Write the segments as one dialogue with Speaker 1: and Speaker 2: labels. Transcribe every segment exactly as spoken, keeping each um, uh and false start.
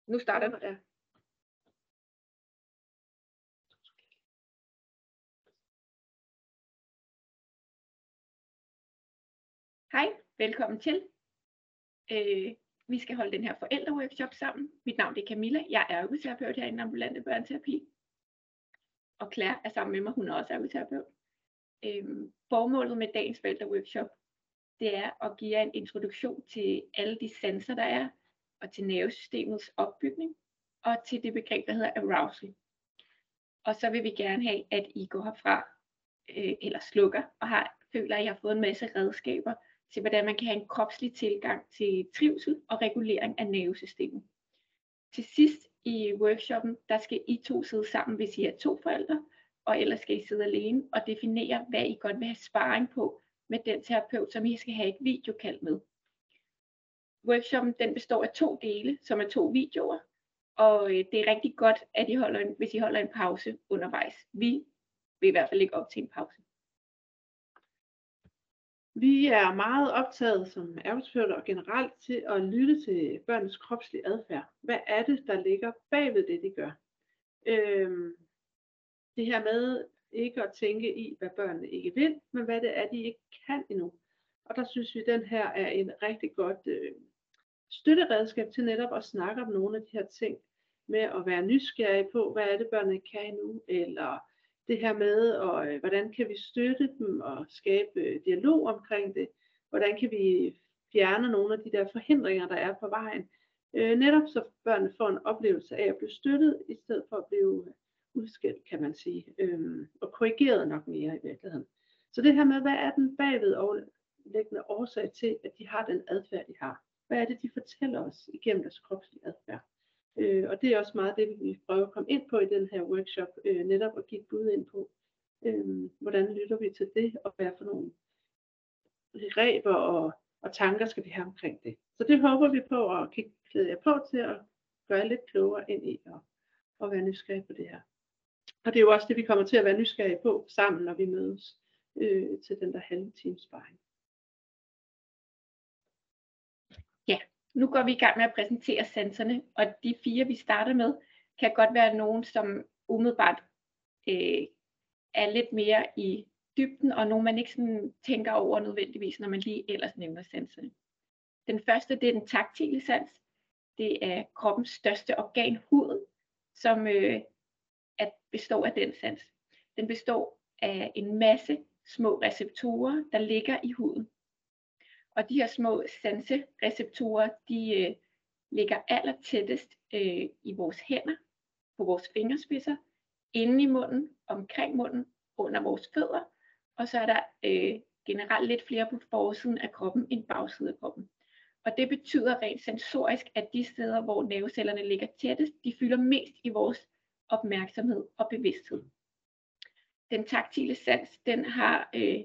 Speaker 1: Nu starter den, ja. Hej, velkommen til. Øh, vi skal holde den her forældreworkshop sammen. Mit navn er Camilla, jeg er ergoterapeut herinde i ambulante børneterapi. Og Claire er sammen med mig, hun er også ergoterapeut. Øh, formålet med dagens forældreworkshop, det er at give jer en introduktion til alle de sanser, der er, og til nervesystemets opbygning, og til det begreb, der hedder arousal. Og så vil vi gerne have, at I går herfra, øh, eller slukker, og har, føler, at I har fået en masse redskaber til, hvordan man kan have en kropslig tilgang til trivsel og regulering af nervesystemet. Til sidst i workshoppen, der skal I to sidde sammen, hvis I er to forældre, og ellers skal I sidde alene og definere, hvad I godt vil have sparring på med den terapeut, som I skal have et videokald med. Workshoppen den består af to dele, som er to videoer, og det er rigtig godt, at I holder en, hvis I holder en pause undervejs. Vi vil i hvert fald ikke op til en pause.
Speaker 2: Vi er meget optaget som ergoterapeuter og generelt til at lytte til børnenes kropslige adfærd. Hvad er det, der ligger bagved det, de gør? Øhm, det her med ikke at tænke i, hvad børnene ikke vil, men hvad det er, de ikke kan endnu. Og der synes vi, at den her er en rigtig godt øh, støtteredskab til netop at snakke om nogle af de her ting, med at være nysgerrig på, hvad er det, børnene kan endnu, eller det her med, og, øh, hvordan kan vi støtte dem og skabe øh, dialog omkring det, hvordan kan vi fjerne nogle af de der forhindringer, der er på vejen, øh, netop så børnene får en oplevelse af at blive støttet, i stedet for at blive udskilt, kan man sige, øh, og korrigeret nok mere i virkeligheden. Så det her med, hvad er den bagvedliggende årsag til, at de har den adfærd, de har? Hvad er det, de fortæller os igennem deres kropslige adfærd? Øh, og det er også meget det, vi prøver at komme ind på i den her workshop, øh, netop at give et bud ind på, øh, hvordan lytter vi til det, og hvad for nogle begreber og, og tanker skal vi have omkring det. Så det håber vi på at klæde jer på til at gøre jer lidt klogere ind i og, og være nysgerrige på det her. Og det er jo også det, vi kommer til at være nysgerrige på sammen, når vi mødes øh, til den der halve times sparring.
Speaker 1: Ja, nu går vi i gang med at præsentere sanserne, og de fire, vi starter med, kan godt være nogen, som umiddelbart øh, er lidt mere i dybden, og nogen, man ikke sådan tænker over nødvendigvis, når man lige ellers nævner sanserne. Den første, det er den taktile sans. Det er kroppens største organ, huden, som øh, at består af den sans. Den består af en masse små receptorer, der ligger i huden. Og de her små sansereceptorer, de øh, ligger aller tættest øh, i vores hænder, på vores fingerspidser, inde i munden, omkring munden, under vores fødder. Og så er der øh, generelt lidt flere på forsiden af kroppen end bagsiden af kroppen. Og det betyder rent sensorisk, at de steder, hvor nervecellerne ligger tættest, de fylder mest i vores opmærksomhed og bevidsthed. Den taktile sans, den har øh,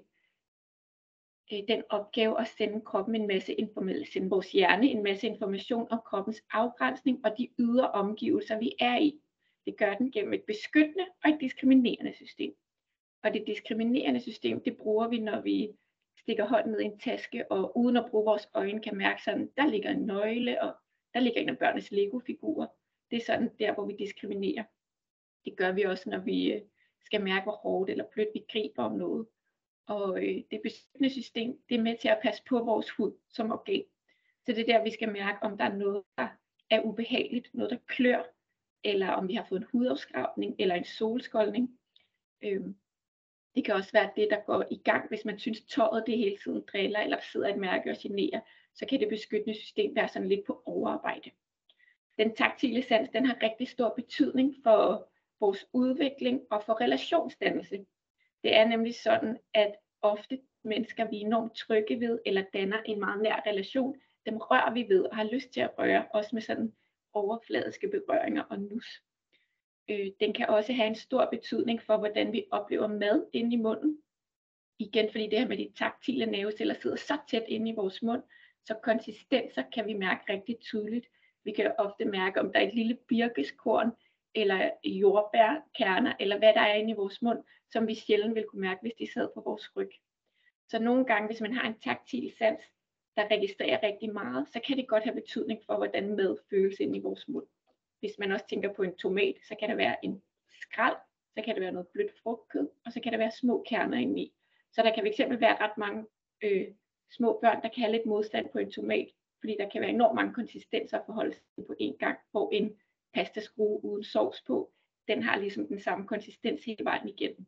Speaker 1: øh, den opgave at sende kroppen en masse information, sende vores hjerne en masse information om kroppens afgrænsning og de ydre omgivelser, vi er i. Det gør den gennem et beskyttende og et diskriminerende system. Og det diskriminerende system, det bruger vi, når vi stikker hånden ned i en taske, og uden at bruge vores øjne kan mærke sådan, der ligger en nøgle, og der ligger en af børnenes Lego-figurer. Det er sådan der, hvor vi diskriminerer. Det gør vi også, når vi skal mærke, hvor hårdt eller blødt vi griber om noget. Og øh, det beskyttende system, det er med til at passe på vores hud som organ. Så det er der, vi skal mærke, om der er noget, der er ubehageligt, noget, der klør, eller om vi har fået en hudafskrabning, eller en solskoldning. Øh, det kan også være det, der går i gang, hvis man synes, tøjet det hele tiden driller, eller sidder et mærke og generer, så kan det beskyttende system være sådan lidt på overarbejde. Den taktile sans, den har rigtig stor betydning for vores udvikling og for relationsdannelse. Det er nemlig sådan, at ofte mennesker, vi er enormt trygge ved, eller danner en meget nær relation, dem rører vi ved og har lyst til at røre, også med sådan overfladiske berøringer og nus. Øh, den kan også have en stor betydning for, hvordan vi oplever mad inde i munden. Igen, fordi det her med de taktile nerveceller sidder så tæt inde i vores mund, så konsistenser kan vi mærke rigtig tydeligt. Vi kan ofte mærke, om der er et lille birkeskorn, eller jordbærkerner, eller hvad der er inde i vores mund, som vi sjældent vil kunne mærke, hvis de sad på vores ryg. Så nogle gange, hvis man har en taktil sans, der registrerer rigtig meget, så kan det godt have betydning for, hvordan mad føles inde i vores mund. hvis man også tænker på en tomat, så kan der være en skrald, så kan der være noget blødt frugtkød, og så kan der være små kerner indeni. Så der kan fx være ret mange øh, små børn, der kan have lidt modstand på en tomat, fordi der kan være enormt mange konsistenser at forholde sig på en gang, hvor en pastaskrue uden sovs på, den har ligesom den samme konsistens hele vejen igennem.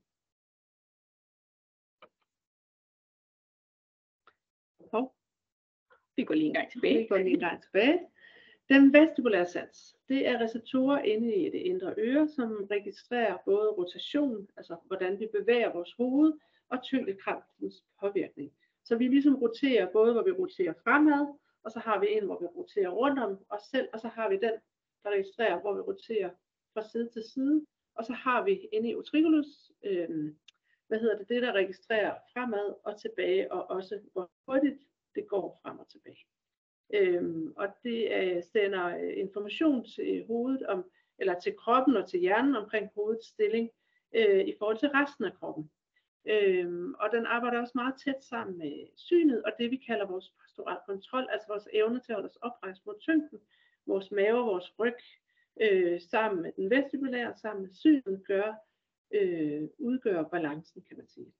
Speaker 2: Hov.
Speaker 1: Vi går lige en gang tilbage.
Speaker 2: Vi går lige en gang tilbage. Den vestibulære sans, det er receptorer inde i det indre øre, som registrerer både rotation, altså hvordan vi bevæger vores hoved, og tyngdekraftens påvirkning. Så vi ligesom roterer både, hvor vi roterer fremad, og så har vi en, hvor vi roterer rundt om os selv, og så har vi den, der registrerer, hvor vi roterer fra side til side, og så har vi inde i utriculus, øh, hvad hedder det, det der registrerer fremad og tilbage, og også hvor hurtigt det går frem og tilbage. Øhm, og det øh, sender øh, information til hovedet om, eller til kroppen og til hjernen omkring hovedets stilling øh, i forhold til resten af kroppen. Øhm, og den arbejder også meget tæt sammen med synet og det vi kalder vores postural kontrol, altså vores evne til at holde os oprejst mod tyngden, vores mave og vores ryg øh, sammen med den vestibulære, sammen med synet gør, øh, udgør balancen, kan man sige.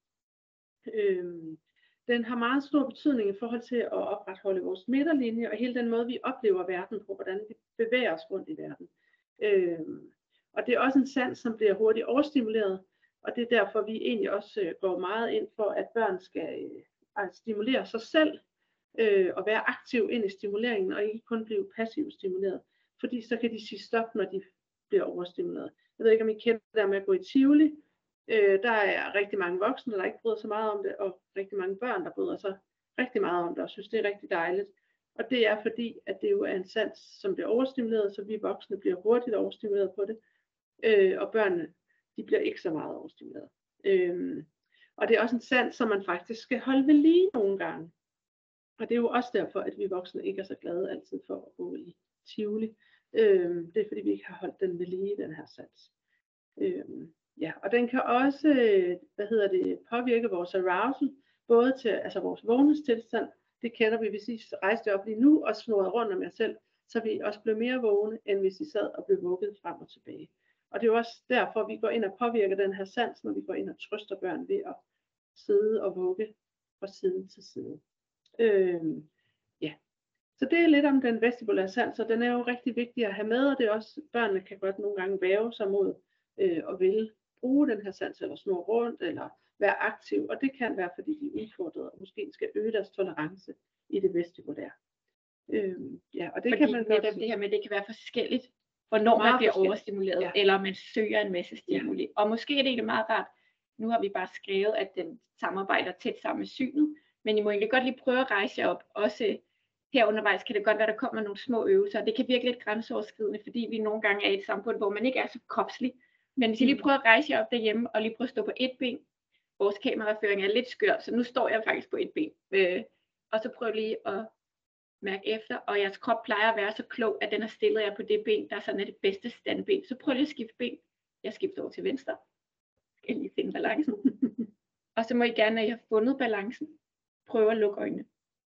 Speaker 2: Øhm, Den har meget stor betydning i forhold til at opretholde vores midterlinje og hele den måde, vi oplever verden på, hvordan vi bevæger os rundt i verden. Øhm, og det er også en sans, som bliver hurtigt overstimuleret, og det er derfor, vi egentlig også øh, går meget ind for, at børn skal øh, stimulere sig selv øh, og være aktiv ind i stimuleringen, og ikke kun blive passivt stimuleret, fordi så kan de sige stop, når de bliver overstimuleret. Jeg ved ikke, om I kender det der med at gå i Tivoli. Øh, der er rigtig mange voksne, der ikke bryder så meget om det, og rigtig mange børn, der bryder sig rigtig meget om det, og synes, det er rigtig dejligt. Og det er fordi, at det jo er en sans, som bliver overstimuleret, så vi voksne bliver hurtigt overstimuleret på det, øh, og børnene, de bliver ikke så meget overstimuleret. Øh, og det er også en sans, som man faktisk skal holde ved lige nogle gange. Og det er jo også derfor, at vi voksne ikke er så glade altid for at gå i Tivoli. Øh, det er fordi, vi ikke har holdt den ved lige, den her sans. Øh, Ja, og den kan også, hvad hedder det, påvirke vores arousal, både til altså vores vågnestilstand, det kender vi, hvis I rejste op lige nu og snurrede rundt om jer selv, så vi også blev mere vågne, end hvis I sad og blev vugget frem og tilbage. Og det er jo også derfor, vi går ind og påvirker den her sans, når vi går ind og trøster børn ved at sidde og vugge fra side til side. Øhm, ja. Så det er lidt om den vestibulære sans, og den er jo rigtig vigtig at have med, og det er også, børnene kan godt nogle gange væve sig mod øh, og vil bruge den her sans, eller snurre rundt, eller være aktiv, og det kan være, fordi de er udfordret, og måske skal øge deres tolerance i det vestibulære. Øhm, ja, og det
Speaker 1: fordi
Speaker 2: kan man godt
Speaker 1: det her med, det kan være forskelligt, hvornår man bliver overstimuleret, ja. Eller man søger en masse stimuli. Ja. Og måske er det egentlig meget rart, nu har vi bare skrevet, at den samarbejder tæt sammen med synet, men I må egentlig godt lige prøve at rejse jer op, også her undervejs kan det godt være, der kommer nogle små øvelser, det kan virke lidt grænseoverskridende, fordi vi nogle gange er i et samfund, hvor man ikke er så kropslig. Men hvis I lige prøver at rejse jer op derhjemme, og lige prøve at stå på et ben. Vores kameraføring er lidt skør, så nu står jeg faktisk på et ben. Øh, og så prøv lige at mærke efter, og jeres krop plejer at være så klog, at den har stillet jer på det ben, der sådan er det bedste standben. Så prøv lige at skifte ben. Jeg skifter over til venstre. Jeg kan lige finde balancen. Og så må I gerne, når I har fundet balancen, prøve at lukke øjnene.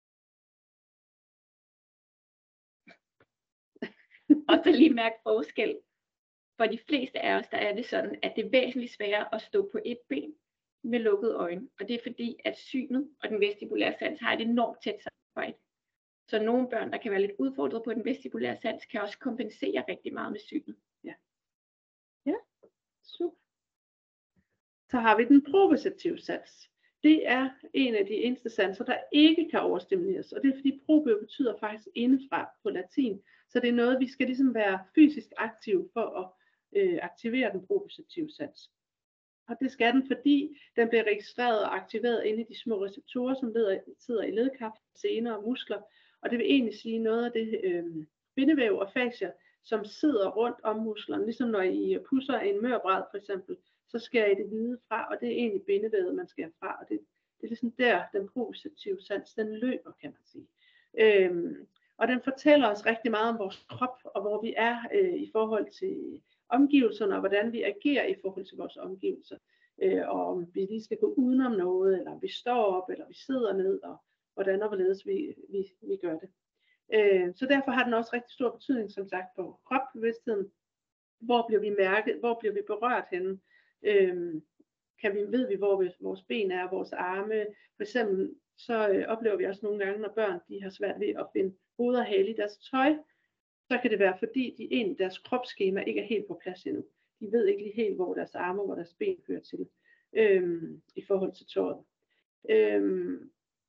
Speaker 1: Og så lige mærke forskel. For de fleste af os, der er det sådan, at det er væsentligt sværere at stå på et ben med lukkede øjne. Og det er fordi, at synet og den vestibulære sans har et enormt tæt samarbejde. Så nogle børn, der kan være lidt udfordret på den vestibulære sans, kan også kompensere rigtig meget med synet.
Speaker 2: Ja, ja, super. Så har vi den proprioceptive sans. Det er en af de eneste sanser, der ikke kan overstimuleres. Og det er fordi proprio betyder faktisk indefra på latin. Så det er noget, vi skal ligesom være fysisk aktive for at øh, aktivere den proprioceptive sans. Og det skal den, fordi den bliver registreret og aktiveret inde i de små receptorer, som leder, sidder i ledkap, sener og muskler. Og det vil egentlig sige noget af det øh, bindevæv og fascia, som sidder rundt om musklerne. Ligesom når I pusser en mørbræd for eksempel, så skærer I det hvide fra, og det er egentlig bindevævet, man skærer fra. Og det, det er ligesom der, den proprioceptive sans, den løber, kan man sige. Øhm, og den fortæller os rigtig meget om vores krop, og hvor vi er øh, i forhold til omgivelserne, og hvordan vi agerer i forhold til vores omgivelser. Øh, og om vi lige skal gå udenom noget, eller om vi står op, eller vi sidder ned, og hvordan og hvorledes vi, vi, vi gør det. Øh, så derfor har den også rigtig stor betydning, som sagt, på kropsbevidstheden. Hvor bliver vi mærket? Hvor bliver vi berørt henne? Øh, kan vi, ved vi, hvor vi, vores ben er, vores arme? For eksempel så øh, oplever vi også nogle gange, når børn de har svært ved at finde hoved og hale i deres tøj, så kan det være, fordi de egentlig, deres kropsskema ikke er helt på plads endnu. De ved ikke lige helt, hvor deres arme og hvor deres ben hører til øhm, i forhold til tøjet. Øhm,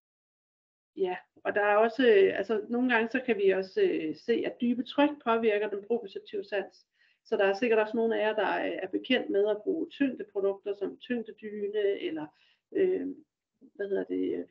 Speaker 2: ja, og der er også, øh, altså nogle gange så kan vi også øh, se, at dybe tryk påvirker den proprioceptive sans. Så der er sikkert også nogle af jer, der er bekendt med at bruge tyngdeprodukter som tyngdedyne, eller øh, hvad hedder det,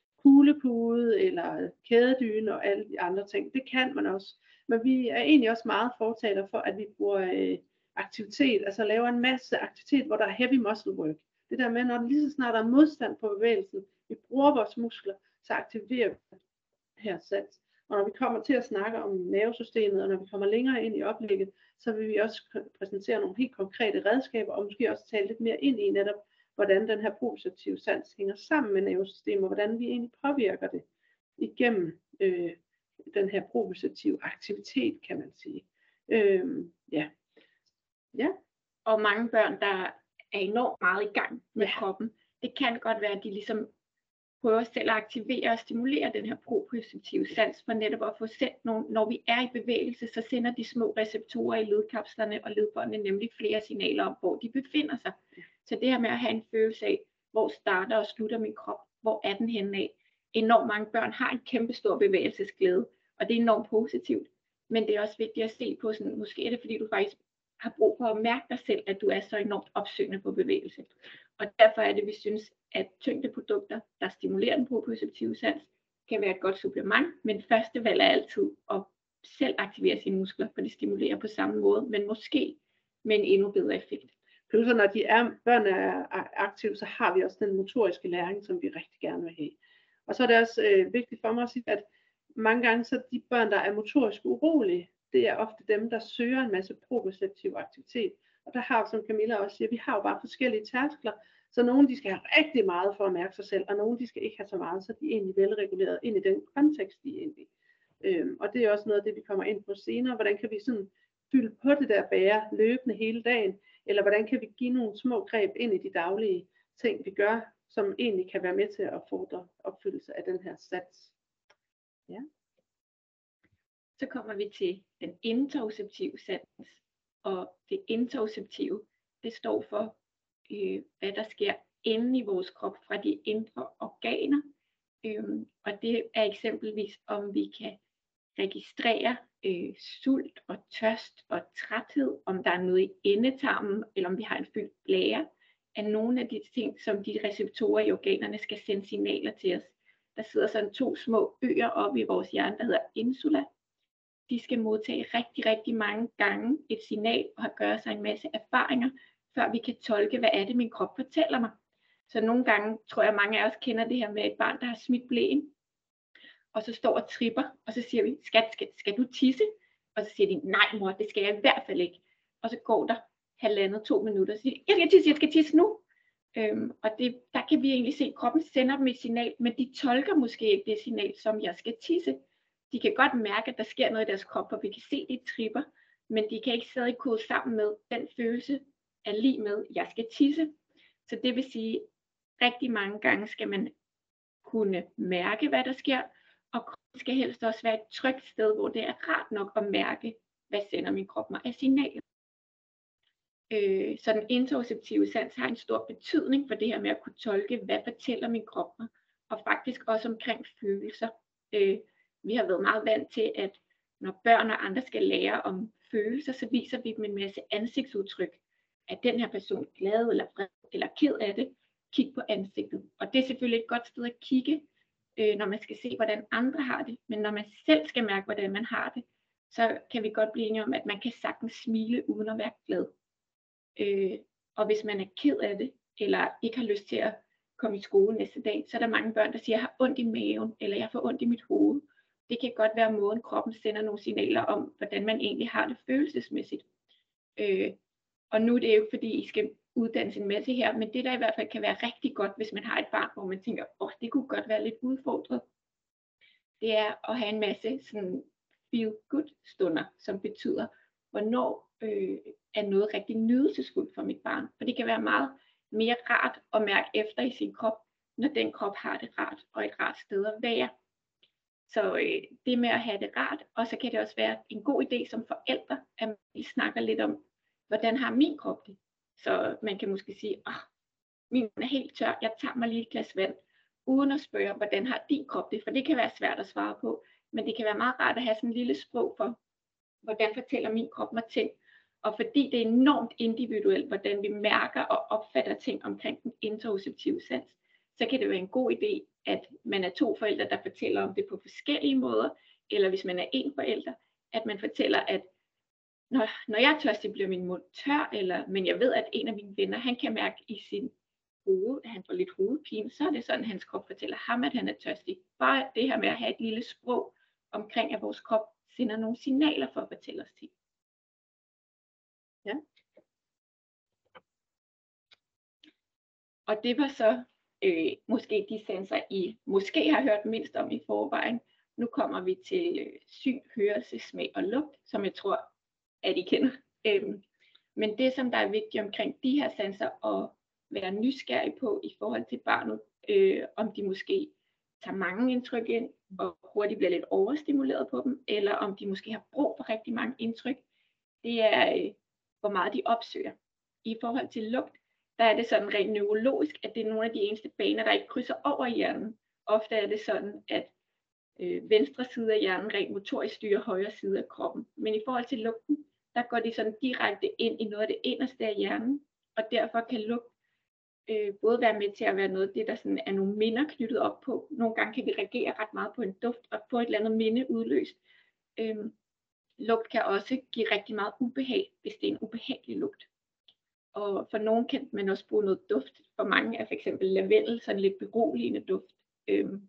Speaker 2: kuglepude, eller kædedyne og alle de andre ting. Det kan man også. Men vi er egentlig også meget fortaler for, at vi bruger øh, aktivitet, altså laver en masse aktivitet, hvor der er heavy muscle work. Det der med, når den lige så snart er modstand på bevægelsen, vi bruger vores muskler, så aktiverer vi her sans. Og når vi kommer til at snakke om nervesystemet, og når vi kommer længere ind i oplægget, så vil vi også præsentere nogle helt konkrete redskaber, og måske også tale lidt mere ind i netop, hvordan den her proprioceptive sans hænger sammen med nervesystemet, og hvordan vi egentlig påvirker det igennem øh, den her proprioceptive aktivitet, kan man sige. Øh, ja. Ja.
Speaker 1: Og mange børn, der er enormt meget i gang med
Speaker 2: Ja.
Speaker 1: kroppen, det kan godt være, at de ligesom prøver selv at aktivere og stimulere den her proprioceptive sans, for netop at få sendt nogle, når vi er i bevægelse, så sender de små receptorer i ledkapslerne og ledbåndene nemlig flere signaler om, hvor de befinder sig. Så det her med at have en følelse af, hvor starter og slutter min krop, hvor er den henne af. Enormt mange børn har en kæmpe stor bevægelsesglæde, og det er enormt positivt. Men det er også vigtigt at se på, sådan, måske er det fordi du faktisk har brug for at mærke dig selv, at du er så enormt opsøgende på bevægelse. Og derfor er det, vi synes, at tyngdeprodukter, der stimulerer den proprioceptive sans, kan være et godt supplement, men første valg er altid at selv aktivere sine muskler, for det stimulerer på samme måde, men måske med en endnu bedre effekt.
Speaker 2: Plus, når de er, børn er aktive, så har vi også den motoriske læring, som vi rigtig gerne vil have. Og så er det også øh, vigtigt for mig at sige, at mange gange så de børn, der er motorisk urolige, det er ofte dem, der søger en masse proprioceptiv aktivitet. Og der har, som Camilla også siger, vi har jo bare forskellige tærskler, så nogle de skal have rigtig meget for at mærke sig selv, og nogle de skal ikke have så meget, så de er egentlig velreguleret ind i den kontekst, de er inde i. Øhm, og det er også noget af det, vi kommer ind på senere. Hvordan kan vi sådan fylde på det der bære løbende hele dagen, eller hvordan kan vi give nogle små greb ind i de daglige ting, vi gør, som egentlig kan være med til at fordre opfyldelse af den her sats. Ja.
Speaker 1: Så kommer vi til den interoceptive sans, og det interoceptive, det står for, øh, hvad der sker inde i vores krop fra de indre organer, øhm, og det er eksempelvis, om vi kan registrere øh, sult og tørst og træthed, om der er noget i endetarmen, eller om vi har en fyldt blære, er nogle af de ting, som de receptorer i organerne skal sende signaler til os. Der sidder sådan to små øer oppe i vores hjerne, der hedder insula. De skal modtage rigtig, rigtig mange gange et signal og gøre sig en masse erfaringer, før vi kan tolke, hvad er det, min krop fortæller mig. Så nogle gange tror jeg, mange af os kender det her med et barn, der har smidt blæen, og så står og tripper, og så siger vi, skat, skal, skal du tisse? Og så siger de, nej mor, det skal jeg i hvert fald ikke. Og så går der halvandet, to minutter, og så siger de, jeg skal tisse, jeg skal tisse nu. Øhm, og det, der kan vi egentlig se, at kroppen sender dem et signal, men de tolker måske ikke det signal, som jeg skal tisse. De kan godt mærke, at der sker noget i deres krop, og vi kan se, at de tripper, men de kan ikke stadig kode sammen med den følelse er lige med, jeg skal tisse. Så det vil sige, rigtig mange gange skal man kunne mærke, hvad der sker, og kroppen skal helst også være et trygt sted, hvor det er rart nok at mærke, hvad sender min krop mig af signaler. Øh, så den interoceptive sans har en stor betydning for det her med at kunne tolke, hvad fortæller min krop mig, og faktisk også omkring følelser. Øh, vi har været meget vant til, at når børn og andre skal lære om følelser, så viser vi dem en masse ansigtsudtryk. Er den her person glad eller vred eller ked af det? Kig på ansigtet. Og det er selvfølgelig et godt sted at kigge, øh, når man skal se, hvordan andre har det. Men når man selv skal mærke, hvordan man har det, så kan vi godt blive enige om, at man kan sagtens smile uden at være glad. Øh, og hvis man er ked af det, eller ikke har lyst til at komme i skole næste dag, så er der mange børn, der siger, at jeg har ondt i maven, eller jeg får ondt i mit hoved. Det kan godt være måden, kroppen sender nogle signaler om, hvordan man egentlig har det følelsesmæssigt. Øh, og nu er det jo fordi, I skal uddannes en masse her, men det der i hvert fald kan være rigtig godt, hvis man har et barn, hvor man tænker, åh, oh, det kunne godt være lidt udfordret. det er at have en masse sådan feel good stunder, som betyder, hvornår øh, er noget rigtig nydelsesfuldt for mit barn. For det kan være meget mere rart at mærke efter i sin krop, når den krop har det rart og et rart sted at være. Så øh, det med at have det rart, og så kan det også være en god idé som forældre, at vi snakker lidt om, hvordan har min krop det. Så man kan måske sige, åh, min er helt tør, jeg tager mig lige et glas vand, uden at spørge, hvordan har din krop det, for det kan være svært at svare på, men det kan være meget rart at have sådan en lille sprog for, hvordan fortæller min krop mig ting, og fordi det er enormt individuelt, hvordan vi mærker og opfatter ting omkring den interoceptive sans, så kan det være en god idé, at man er to forældre, der fortæller om det på forskellige måder, eller hvis man er en forælder, at man fortæller, at når, når jeg er tørstig, bliver min mund tør, eller, men jeg ved, at en af mine venner, han kan mærke i sin hoved, at han får lidt hovedpine, så er det sådan, at hans krop fortæller ham, at han er tørstig. Bare det her med at have et lille sprog omkring, at vores krop sender nogle signaler for at fortælle os ting. Ja. Og det var så øh, måske de sanser, I måske har hørt mindst om i forvejen. Nu kommer vi til øh, syn, hørelse, smag og lugt, som jeg tror, at I kender. Øhm, men det, som der er vigtigt omkring de her sanser, at være nysgerrig på i forhold til barnet, øh, om de måske tager mange indtryk ind, og hurtigt bliver lidt overstimuleret på dem, eller om de måske har brug for rigtig mange indtryk, det er, øh, hvor meget de opsøger. I forhold til lugt, der er det sådan rent neurologisk, at det er nogle af de eneste baner, der ikke krydser over hjernen. Ofte er det sådan, at øh, venstre side af hjernen rent motorisk styrer højre side af kroppen. Men i forhold til lugten, der går de sådan direkte ind i noget af det inderste af hjernen, og derfor kan lugt øh, både være med til at være noget af det, der sådan er nogle minder knyttet op på. Nogle gange kan vi reagere ret meget på en duft, og få et eller andet minde udløst. Øhm, lugt kan også give rigtig meget ubehag, hvis det er en ubehagelig lugt. Og for nogen kan man også bruge noget duft. For mange er for eksempel lavendel, sådan lidt beroligende duft. Øhm.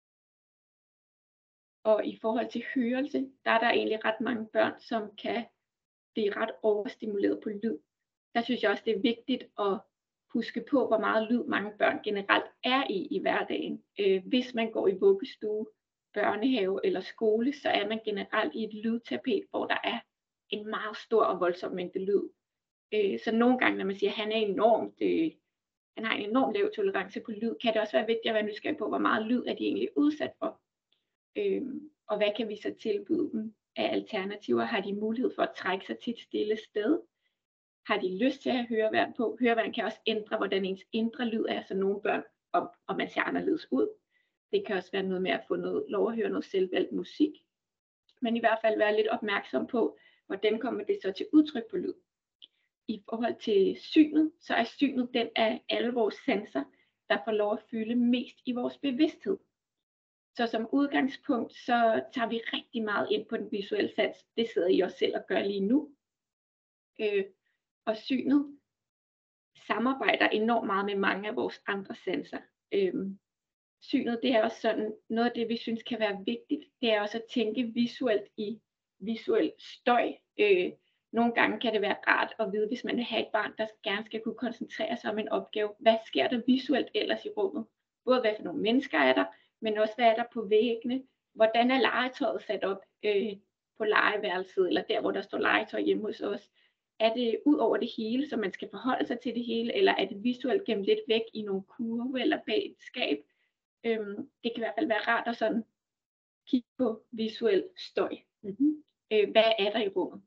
Speaker 1: Og i forhold til hørelse, der er der egentlig ret mange børn, som kan blive ret overstimuleret på lyd. Der synes jeg også, det er vigtigt at huske på, hvor meget lyd mange børn generelt er i i hverdagen. Øh, hvis man går i vuggestue, børnehave eller skole, så er man generelt i et lydtapet, hvor der er en meget stor og voldsom mængde lyd. Øh, så nogle gange, når man siger, at han er enormt, øh, han har en enorm lav tolerance på lyd, kan det også være vigtigt at være nysgerrig på, hvor meget lyd er de egentlig udsat for. Øh, og hvad kan vi så tilbyde dem af alternativer? Har de mulighed for at trække sig til et stille sted? Har de lyst til at have høreværn på? Høreværn kan også ændre, hvordan ens indre lyd er, så nogle børn, og, og man ser anderledes ud. Det kan også være noget med at få noget, lov at høre noget selvvalgt musik. Men i hvert fald være lidt opmærksom på, hvordan kommer det så til udtryk på lyd. I forhold til synet, så er synet den af alle vores sanser, der får lov at fylde mest i vores bevidsthed. Så som udgangspunkt, så tager vi rigtig meget ind på den visuelle sans. Det sidder I også selv og gør lige nu. Øh, og synet samarbejder enormt meget med mange af vores andre sanser. Øh, synet, det er også sådan, noget af det, vi synes kan være vigtigt, det er også at tænke visuelt i visuel støj. Øh, Nogle gange kan det være rart at vide, hvis man vil have et barn, der gerne skal kunne koncentrere sig om en opgave. Hvad sker der visuelt ellers i rummet? Både hvad for nogle mennesker er der, men også hvad er der på væggene? Hvordan er legetøjet sat op øh, på legeværelset, eller der, hvor der står legetøj hjemme hos os? Er det ud over det hele, så man skal forholde sig til det hele, eller er det visuelt gemt lidt væk i nogle kurve eller bag et skab? Øhm, det kan i hvert fald være rart at sådan kigge på visuel støj. Mm-hmm. Øh, hvad er der i rummet?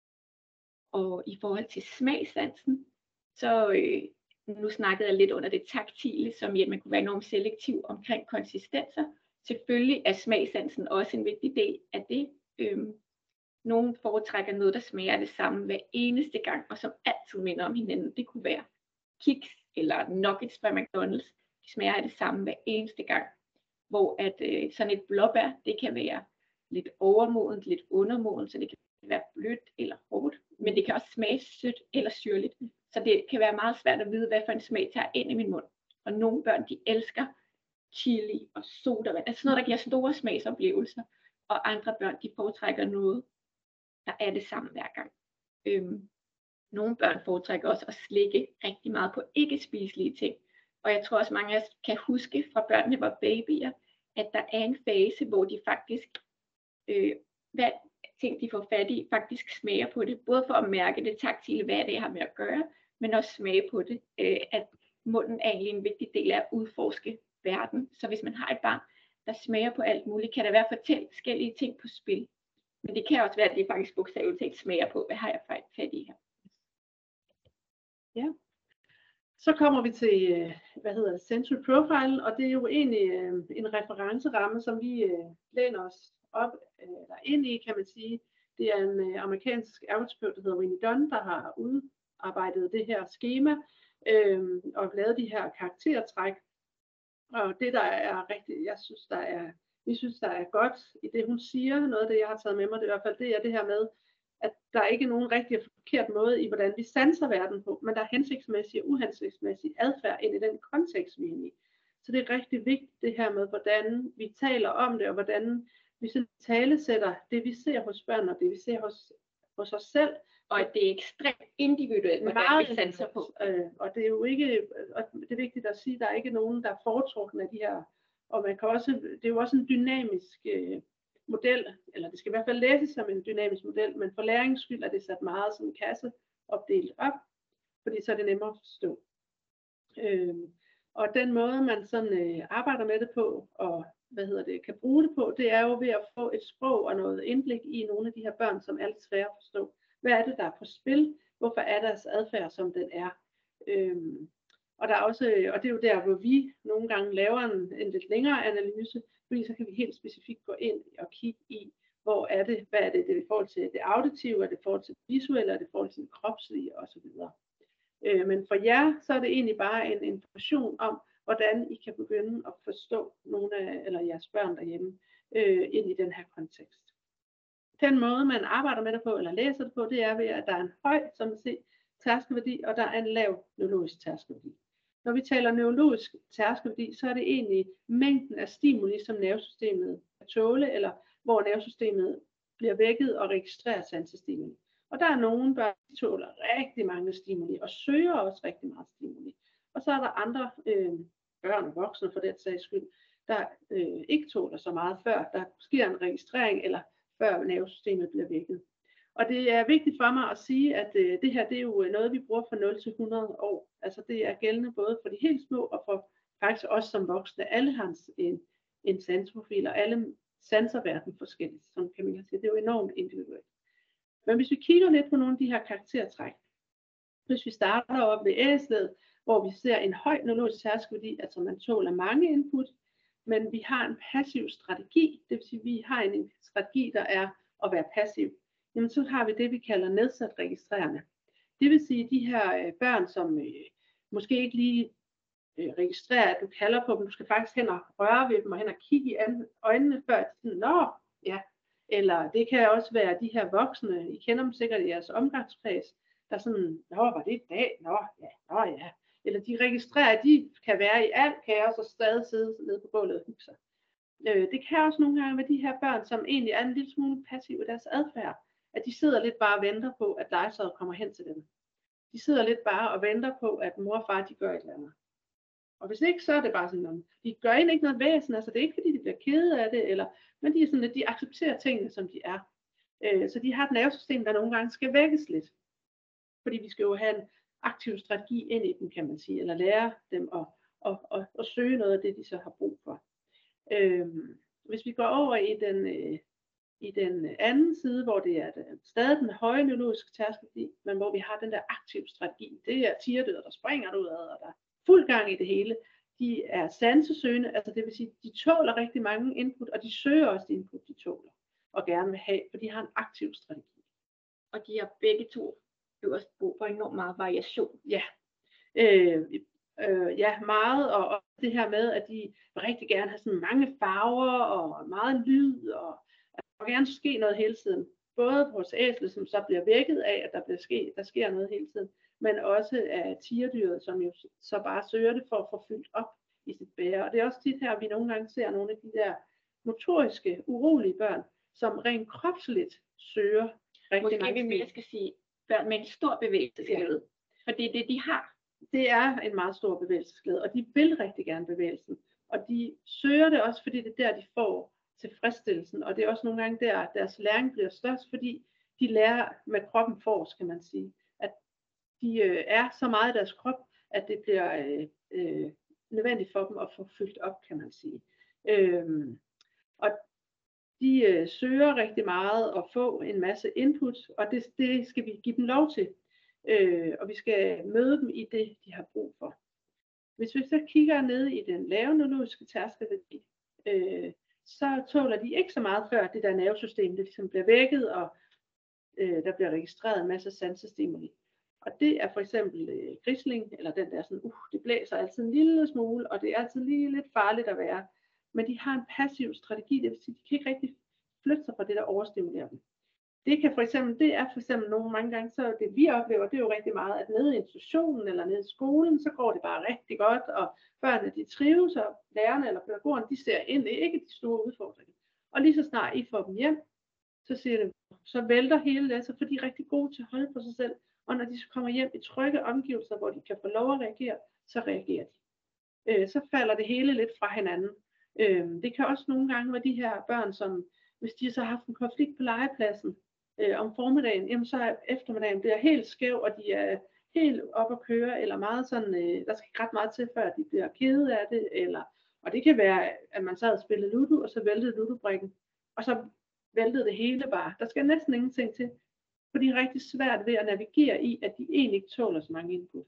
Speaker 1: Og i forhold til smagsansen, så øh, nu snakkede jeg lidt under det taktile, som ja, man kunne være enormt selektiv omkring konsistenser. Selvfølgelig er smagsansen også en vigtig del af det. Øhm, nogle foretrækker noget, der smager det samme hver eneste gang, og som altid minder om hinanden. Det kunne være kiks eller nuggets fra McDonald's. De smager af det samme hver eneste gang. Hvor at øh, sådan et blåbær, det kan være lidt overmodent, lidt undermodent, så det kan være blødt eller hårdt, men det kan også smage sødt eller syrligt. Så det kan være meget svært at vide, hvad for en smag tager ind i min mund. Og nogle børn, de elsker chili og sodavand, altså noget, der giver store smagsoplevelser. Og andre børn, de foretrækker noget, der er det samme hver gang. Øhm, nogle børn foretrækker også at slikke rigtig meget på ikke spiselige ting. Og jeg tror også, mange af os kan huske fra børnene var babyer, at der er en fase, hvor de faktisk, øh, hver ting de får fat i, faktisk smager på det. Både for at mærke det taktile, hvad det har med at gøre, men også smage på det. Øh, at munden er egentlig en vigtig del af at udforske verden. Så hvis man har et barn, der smager på alt muligt, kan der være forskellige ting på spil. Men det kan også være, at det faktisk bogstaveligt talt smager på, hvad har jeg fat i her.
Speaker 2: Ja. Så kommer vi til, hvad hedder det, sensory profile, og det er jo egentlig en referenceramme, som vi læner os op eller ind i, kan man sige. Det er en amerikansk ergoterapeut, der hedder Winnie Dunn, der har udarbejdet det her skema øh, og lavet de her karaktertræk. Og det der er rigtig, jeg synes der er, vi synes der er godt i det hun siger, noget af det jeg har taget med mig, det i hvert fald, det er det her med, at der ikke er nogen rigtig forkert måde i, hvordan vi sanser verden på, men der er hensigtsmæssig og uhensigtsmæssig adfærd ind i den kontekst, vi er inde i. Så det er rigtig vigtigt det her med, hvordan vi taler om det, og hvordan vi så talesætter det, vi ser hos børn, og det, vi ser hos, hos os selv.
Speaker 1: Og at det er ekstremt individuelt, hvordan vi sanser på.
Speaker 2: Øh, og det er jo ikke, og det er vigtigt at sige, at der er ikke nogen, der er foretrukne af de her, og man kan også, det er jo også en dynamisk øh, model, eller det skal i hvert fald læses som en dynamisk model, men for lærings skyld er det sat meget som en kasse opdelt op, fordi så er det nemmere at forstå. Øh, og den måde, man sådan øh, arbejder med det på, og hvad hedder det, kan bruge det på, det er jo ved at få et sprog og noget indblik i nogle af de her børn, som er lidt svære at forstå. Hvad er det, der er på spil? Hvorfor er deres adfærd, som den er? Øhm, og, der er også, og det er jo der, hvor vi nogle gange laver en, en lidt længere analyse, fordi så kan vi helt specifikt gå ind og kigge i, hvor er det, hvad er det, det er i forhold til det auditive, er det i forhold til det visuelle, er det i forhold til det kropslige osv. Øh, men for jer, så er det egentlig bare en information om, hvordan I kan begynde at forstå nogle af, eller jeres børn derhjemme, øh, ind i den her kontekst. Den måde, man arbejder med det på, eller læser det på, det er ved, at der er en høj, som man siger, tærskelværdi, og der er en lav neurologisk tærskelværdi. Når vi taler neurologisk tærskelværdi, så er det egentlig mængden af stimuli, som nervesystemet kan tåle, eller hvor nervesystemet bliver vækket og registrerer sansestimuli. Og der er nogle børn, der tåler rigtig mange stimuli, og søger også rigtig meget stimuli. Og så er der andre øh, børn og voksne, for den sags skyld, der øh, ikke tåler så meget, før der sker en registrering, eller før nervesystemet bliver vækket. Og det er vigtigt for mig at sige, at øh, det her det er jo noget, vi bruger fra nul til hundrede år. Altså det er gældende både for de helt små, og for faktisk os som voksne. Alle har en, en sansprofil, og alle sanser verden forskelligt, som Camilla siger. Det er jo enormt individuelt. Men hvis vi kigger lidt på nogle af de her karaktertræk, hvis vi starter op ved æslet, hvor vi ser en høj neurologisk tærskelværdi, altså man tåler mange input, men vi har en passiv strategi, det vil sige, at vi har en strategi, der er at være passiv. Jamen så har vi det, vi kalder nedsat registrerende. Det vil sige, at de her øh, børn, som øh, måske ikke lige øh, registrerer, at du kalder på dem, du skal faktisk hen og røre ved dem, og hen og kigge i øjnene, før de siger, nå, ja. Eller det kan også være de her voksne, I kender dem sikkert i jeres omgangskreds, der er sådan, nå, var det i dag? Nå, ja, nå, ja. Eller de registrerer, at de kan være i alt kaos og stadig sidde nede på gulvet og hygge sig. Øh, det kan også nogle gange være de her børn, som egentlig er en lille smule passive i deres adfærd. At de sidder lidt bare og venter på, at legetøjet kommer hen til dem. De sidder lidt bare og venter på, at mor og far de gør et eller andet. Og hvis ikke, så er det bare sådan, at de gør egentlig ikke noget væsen. Altså det er ikke fordi, de bliver kede af det, eller, men de er sådan, at de accepterer tingene, som de er. Øh, så de har et nervesystem, der nogle gange skal vækkes lidt. Fordi vi skal jo have en aktiv strategi ind i dem, kan man sige, eller lære dem at, at, at, at søge noget af det, de så har brug for. Øhm, hvis vi går over i den, øh, i den anden side, hvor det er det, stadig den høje neurologiske tærskelværdi, men hvor vi har den der aktive strategi, det er tigerdyr, der springer ud af, og der er fuld gang i det hele. De er sansesøgende, altså det vil sige, de tåler rigtig mange input, og de søger også de input, de tåler, og gerne vil have, for de har en aktiv strategi.
Speaker 1: Og de har begge to øverst brug for enormt meget variation.
Speaker 2: Ja, øh, øh, ja meget, og, og det her med, at de vil rigtig gerne have sådan mange farver, og meget lyd, og at der vil gerne ske noget hele tiden. Både hos æslet, som så bliver vækket af, at der, bliver ske, der sker noget hele tiden, men også af tigerdyret, som jo så bare søger det for at få fyldt op i sit bære. Og det er også tit her, vi nogle gange ser nogle af de der motoriske, urolige børn, som rent kropsligt søger rigtig
Speaker 1: Måske
Speaker 2: mange
Speaker 1: vi mere skal sige børn med en stor bevægelsesglæde. Ja. For det er det, de har.
Speaker 2: Det er en meget stor bevægelsesglæde, og de vil rigtig gerne bevægelsen. Og de søger det også, fordi det er der, de får tilfredsstillelsen. Og det er også nogle gange der, deres læring bliver størst, fordi de lærer med kroppen forrest, kan man sige. At de øh, er så meget i deres krop, at det bliver øh, øh, nødvendigt for dem at få fyldt op, kan man sige. Øhm, og de øh, søger rigtig meget at få en masse input, og det, det skal vi give dem lov til. Øh, og vi skal møde dem i det, de har brug for. Hvis vi så kigger ned i den lave neurologiske tærskelværdi, øh, så tåler de ikke så meget, før det der nervesystem det ligesom bliver vækket, og øh, der bliver registreret en masse sansestimuli. Og det er for eksempel øh, grisling, eller den der sådan, uh, det blæser altid en lille smule, og det er altid lige lidt farligt at være. Men de har en passiv strategi, det vil sige, de kan ikke rigtig flytte sig fra det, der overstimulerer dem. Det kan for eksempel, det er for eksempel nogle mange gange, så det vi oplever, det er jo rigtig meget, at nede i institutionen eller nede i skolen, så går det bare rigtig godt, og børnene de trives, og lærerne eller pædagogerne, de ser ind i ikke de store udfordringer. Og lige så snart I får dem hjem, så siger det, så vælter hele det, så får de rigtig gode til at holde på sig selv, og når de så kommer hjem i trygge omgivelser, hvor de kan få lov at reagere, så reagerer de. Øh, så falder det hele lidt fra hinanden. Øh, det kan også nogle gange være de her børn, som hvis de så har haft en konflikt på legepladsen, Øh, om formiddagen, jamen så er eftermiddagen bliver helt skæv, og de er helt op at køre, eller meget sådan, øh, der skal ikke ret meget til, før de bliver kede af det, eller, og det kan være, at man så havde spillet Ludo, og så væltede Ludobrikken, og så væltede det hele bare. Der skal næsten ingenting til, for det er rigtig svært ved at navigere i, at de egentlig ikke tåler så mange input.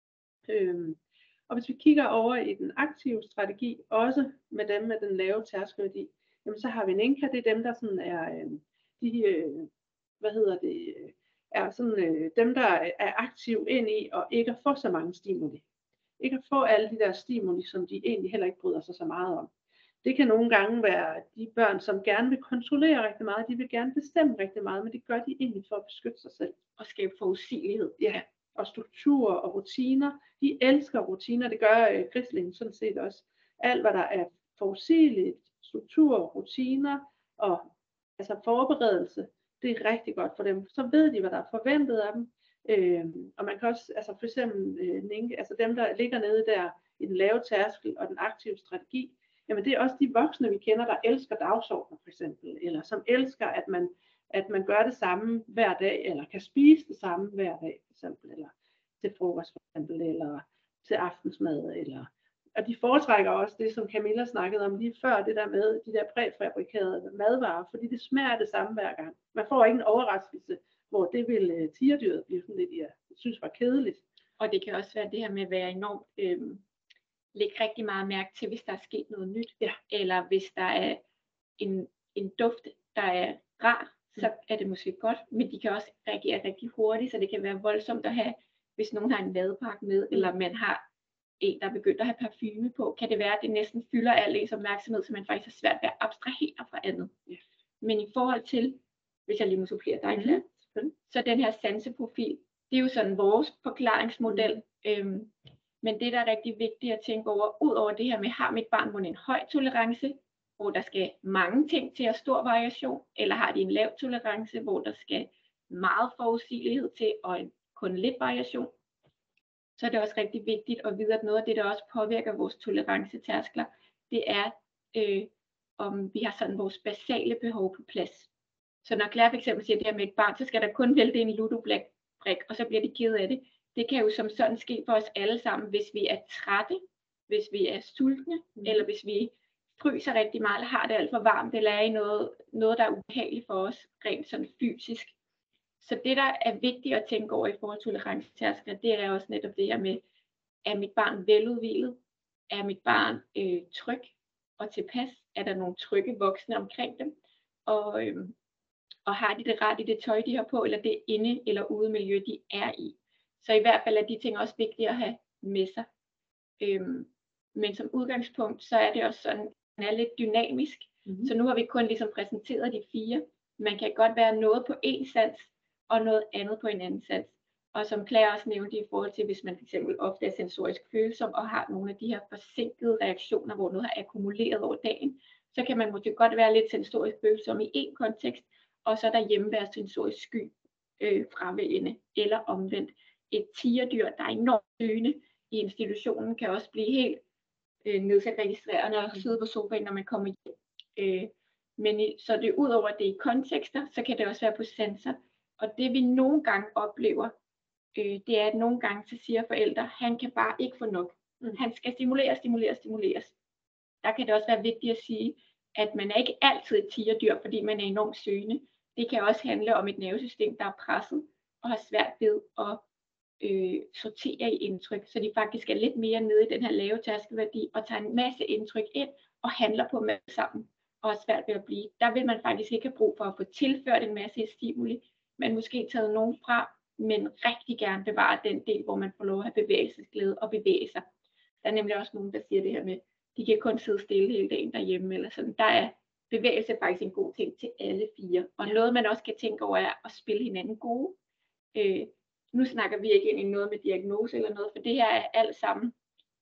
Speaker 2: Øhm, og hvis vi kigger over i den aktive strategi, også med dem med den lave tærskelværdi, jamen så har vi en Inka, det er dem, der sådan er, øh, de øh, hvad hedder det, er sådan øh, dem, der er aktiv ind i, og ikke at få så mange stimuli. Ikke at få alle de der stimuli, som de egentlig heller ikke bryder sig så meget om. Det kan nogle gange være de børn, som gerne vil kontrollere rigtig meget, de vil gerne bestemme rigtig meget, men det gør de egentlig for at beskytte sig selv.
Speaker 1: Og skabe forudsigelighed.
Speaker 2: Ja, og strukturer og rutiner. De elsker rutiner, det gør øh, grislingen sådan set også. Alt hvad der er forudsigeligt, strukturer, rutiner og altså forberedelse, det er rigtig godt for dem. Så ved de, hvad der er forventet af dem. Øh, og man kan også, altså for eksempel, øh, linke, altså dem, der ligger nede der i den lave tærskel og den aktive strategi, jamen det er også de voksne, vi kender, der elsker dagsordner for eksempel, eller som elsker, at man, at man gør det samme hver dag, eller kan spise det samme hver dag for eksempel, eller til frokost for eksempel, eller til aftensmad, eller og de foretrækker også det, som Camilla snakkede om lige før, det der med de der præfabrikerede madvarer, fordi det smager det samme hver gang. Man får ikke en overraskelse, hvor det vil uh, tigerdyret blive sådan lidt, jeg synes var kedeligt.
Speaker 1: Og det kan også være det her med at være enormt, øh, lægge rigtig meget mærke til, hvis der er sket noget nyt,
Speaker 2: ja.
Speaker 1: Eller hvis der er en, en duft, der er rar, så mm. er det måske godt, men de kan også reagere rigtig hurtigt, så det kan være voldsomt at have, hvis nogen har en madpakke med, mm. eller man har en, der er begyndt at have parfume på, kan det være, at det næsten fylder al ens opmærksomhed, så man faktisk har svært ved at abstrahere fra andet.
Speaker 2: Ja.
Speaker 1: Men i forhold til, hvis jeg lige må supplere dig, Claire, mm. så den her sanseprofil, det er jo sådan vores forklaringsmodel. Mm. Øhm, men det, der er rigtig vigtigt at tænke over, ud over det her med, har mit barn måske en høj tolerance, hvor der skal mange ting til at stor variation, eller har de en lav tolerance, hvor der skal meget forudsigelighed til, og en, kun lidt variation, så er det også rigtig vigtigt at vide, at noget af det, der også påvirker vores tolerancetærskler, det er, øh, om vi har sådan vores basale behov på plads. Så når Claire for eksempel siger det her med et barn, så skal der kun vælte en ludobrik, og så bliver de ked af det. Det kan jo som sådan ske for os alle sammen, hvis vi er trætte, hvis vi er sultne, mm. eller hvis vi fryser rigtig meget, eller har det alt for varmt, eller er i noget, noget der er ubehageligt for os, rent sådan fysisk. Så det, der er vigtigt at tænke over i forhold til tolerancetærskler, det er også netop det her med, er mit barn veludhvilet? Er mit barn øh, tryg og tilpas? Er der nogle trygge voksne omkring dem? Og, øh, og har de det ret i det tøj, de har på, eller det inde- eller ude miljø, de er i? Så i hvert fald er de ting også vigtige at have med sig. Øh, men som udgangspunkt, så er det også sådan, den er lidt dynamisk. Mm-hmm. Så nu har vi kun ligesom præsenteret de fire. Man kan godt være noget på en sans, og noget andet på en anden sans. Og som Claire også nævnte i forhold til, hvis man fx ofte er sensorisk følsom, og har nogle af de her forsinkede reaktioner, hvor noget har akkumuleret over dagen, så kan man måske godt være lidt sensorisk følsom i en kontekst, og så derhjemme være sensorisk sky øh, fravælgende, eller omvendt. Et tigerdyr, der er enormt søgende i institutionen, kan også blive helt øh, nedsat registrerende og sidde på sofaen, når man kommer hjem. Øh, men i, så det ud over det i kontekster, så kan det også være på sensor. Og det vi nogle gange oplever, øh, det er, at nogle gange så siger forældre, han kan bare ikke få nok. Mm. Han skal stimuleres, stimuleres, stimuleres. Der kan det også være vigtigt at sige, at man er ikke altid et tigerdyr, fordi man er enormt søgende. Det kan også handle om et nervesystem, der er presset og har svært ved at øh, sortere i indtryk, så de faktisk er lidt mere nede i den her lave tærskelværdi og tager en masse indtryk ind og handler på dem sammen og er svært ved at blive. Der vil man faktisk ikke have brug for at få tilført en masse stimuli, men måske taget nogen fra, men rigtig gerne bevare den del, hvor man får lov at have bevægelsesglæde og bevæge sig. Der er nemlig også nogen, der siger det her med, de kan kun sidde stille hele dagen derhjemme, eller sådan. Der er bevægelse faktisk en god ting til alle fire. Og ja. Noget man også kan tænke over er at spille hinanden gode. Øh, nu snakker vi ikke ind i noget med diagnose eller noget, for det her er alt sammen.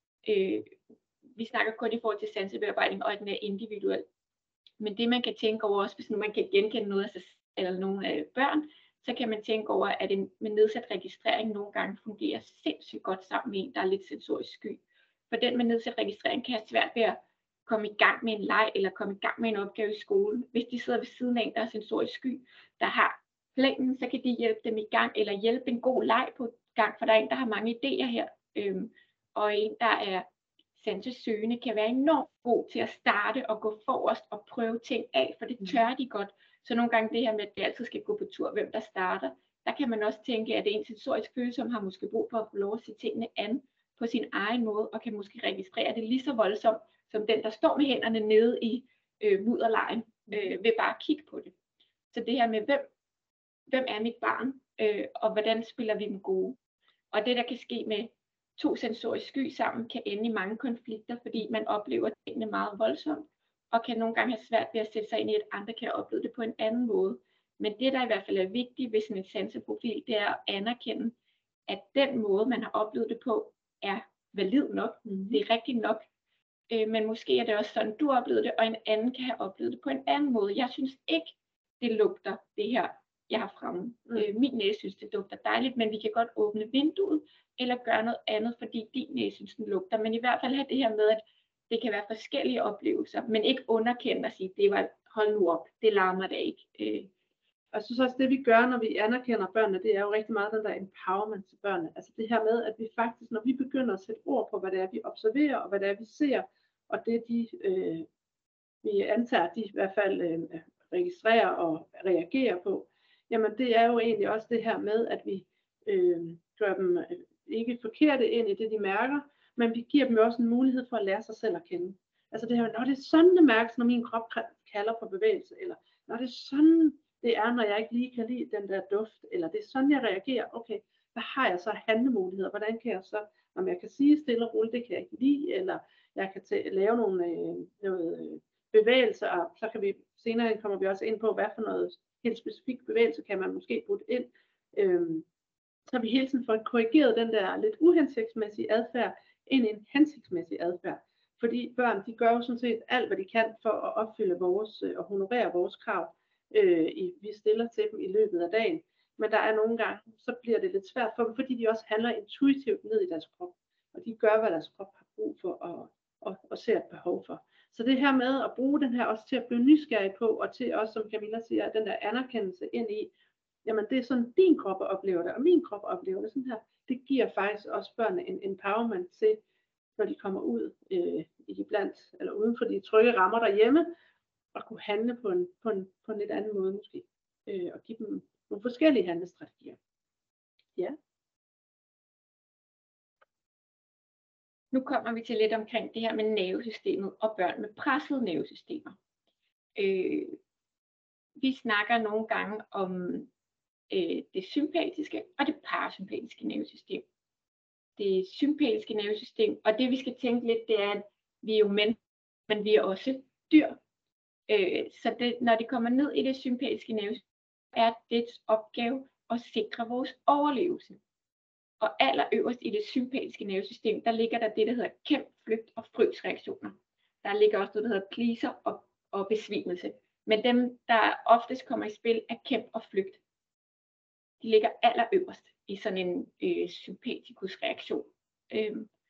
Speaker 1: Øh, vi snakker kun i forhold til sansebearbejdning, og at den er individuel. Men det man kan tænke over også, hvis nu man kan genkende noget af sig, eller nogle af børn, så kan man tænke over, at en med nedsat registrering nogle gange fungerer sindssygt godt sammen med en, der er lidt sensorisk sky. For den med nedsat registrering kan have svært ved at komme i gang med en leg, eller komme i gang med en opgave i skolen. Hvis de sidder ved siden af en, der er sensorisk sky, der har planen, så kan de hjælpe dem i gang, eller hjælpe en god leg på gang, for der er en, der har mange idéer her. Øhm, og en, der er sansesøgende, kan være enormt god til at starte og gå forrest og prøve ting af, for det tør de godt. Så nogle gange det her med, at det altid skal gå på tur, hvem der starter, der kan man også tænke, at en sensorisk følsom har måske brug for at få lov at se tingene an på sin egen måde, og kan måske registrere det lige så voldsomt, som den, der står med hænderne nede i øh, mudderlejen, øh, vil bare kigge på det. Så det her med, hvem, hvem er mit barn, øh, og hvordan spiller vi dem gode. Og det, der kan ske med to sensorisk sky sammen, kan ende i mange konflikter, fordi man oplever tingene meget voldsomt, og kan nogle gange have svært ved at sætte sig ind i, at andre kan opleve det på en anden måde. Men det, der i hvert fald er vigtigt ved sådan en sanseprofil, det er at anerkende, at den måde, man har oplevet det på, er valid nok. Mm. Det er rigtigt nok. Øh, men måske er det også sådan, du oplevede det, og en anden kan have oplevet det på en anden måde. Jeg synes ikke, det lugter det her, jeg har fremme. Mm. Øh, min næse synes, det lugter dejligt, men vi kan godt åbne vinduet, eller gøre noget andet, fordi din næse synes, den lugter. Men i hvert fald have det her med, at det kan være forskellige oplevelser, men ikke underkende og sige, det var, hold nu op, det larmer da ikke. Øh.
Speaker 2: Og jeg synes også, det vi gør, når vi anerkender børnene, det er jo rigtig meget den der empowerment til børnene. Altså det her med, at vi faktisk, når vi begynder at sætte ord på, hvad det er, vi observerer, og hvad det er, vi ser, og det de, øh, vi antager, de i hvert fald øh, registrerer og reagerer på, jamen det er jo egentlig også det her med, at vi øh, gør dem ikke forkerte ind i det, de mærker, men vi giver dem jo også en mulighed for at lære sig selv at kende. Altså det her, når det er sådan, det mærkes, når min krop kalder på bevægelse, eller når det er sådan, det er, når jeg ikke lige kan lide den der duft, eller det er sådan, jeg reagerer, okay, hvad har jeg så af handlemuligheder, hvordan kan jeg så, om jeg kan sige stille og roligt, det kan jeg ikke lide, eller jeg kan t- lave nogle øh, noget bevægelser, og så kan vi, senere kommer vi også ind på, hvad for noget helt specifik bevægelse kan man måske putte ind, øhm, så vi hele tiden får korrigeret den der lidt uhensigtsmæssige adfærd, ind i en hensigtsmæssig adfærd. Fordi børn, de gør jo sådan set alt, hvad de kan for at opfylde vores og honorere vores krav, øh, i, vi stiller til dem i løbet af dagen. Men der er nogle gange, så bliver det lidt svært for dem, fordi de også handler intuitivt ned i deres krop. Og de gør, hvad deres krop har brug for og, og, og ser et behov for. Så det her med at bruge den her også til at blive nysgerrig på, og til også, som Camilla siger, den der anerkendelse ind i, jamen det er sådan, din krop oplever det, og min krop oplever det sådan her. Det giver faktisk også børnene en empowerment til, når de kommer ud øh, i blandt, eller uden for de trygge rammer derhjemme, og kunne handle på en, på en, på en lidt anden måde måske, øh, og give dem nogle forskellige handlestrategier. Ja.
Speaker 1: Nu kommer vi til lidt omkring det her med nervesystemet og børn med pressede nervesystemer. Øh, vi snakker nogle gange om øh, det sympatiske og det parasympatiske nervesystem. Det sympatiske nervesystem, og det vi skal tænke lidt, det er, at vi er jo mennesker, men vi er også dyr. Øh, så det, når det kommer ned i det sympatiske nervesystem, er dets opgave at sikre vores overlevelse. Og allerøverst i det sympatiske nervesystem, der ligger der det, der hedder kæmp, flygt og frysreaktioner. Der ligger også noget, der hedder pleaser og, og besvimelse. Men dem, der oftest kommer i spil, er kæmp og flygt. De ligger allerøverst i sådan en øh, sympatikus reaktion. Øhm,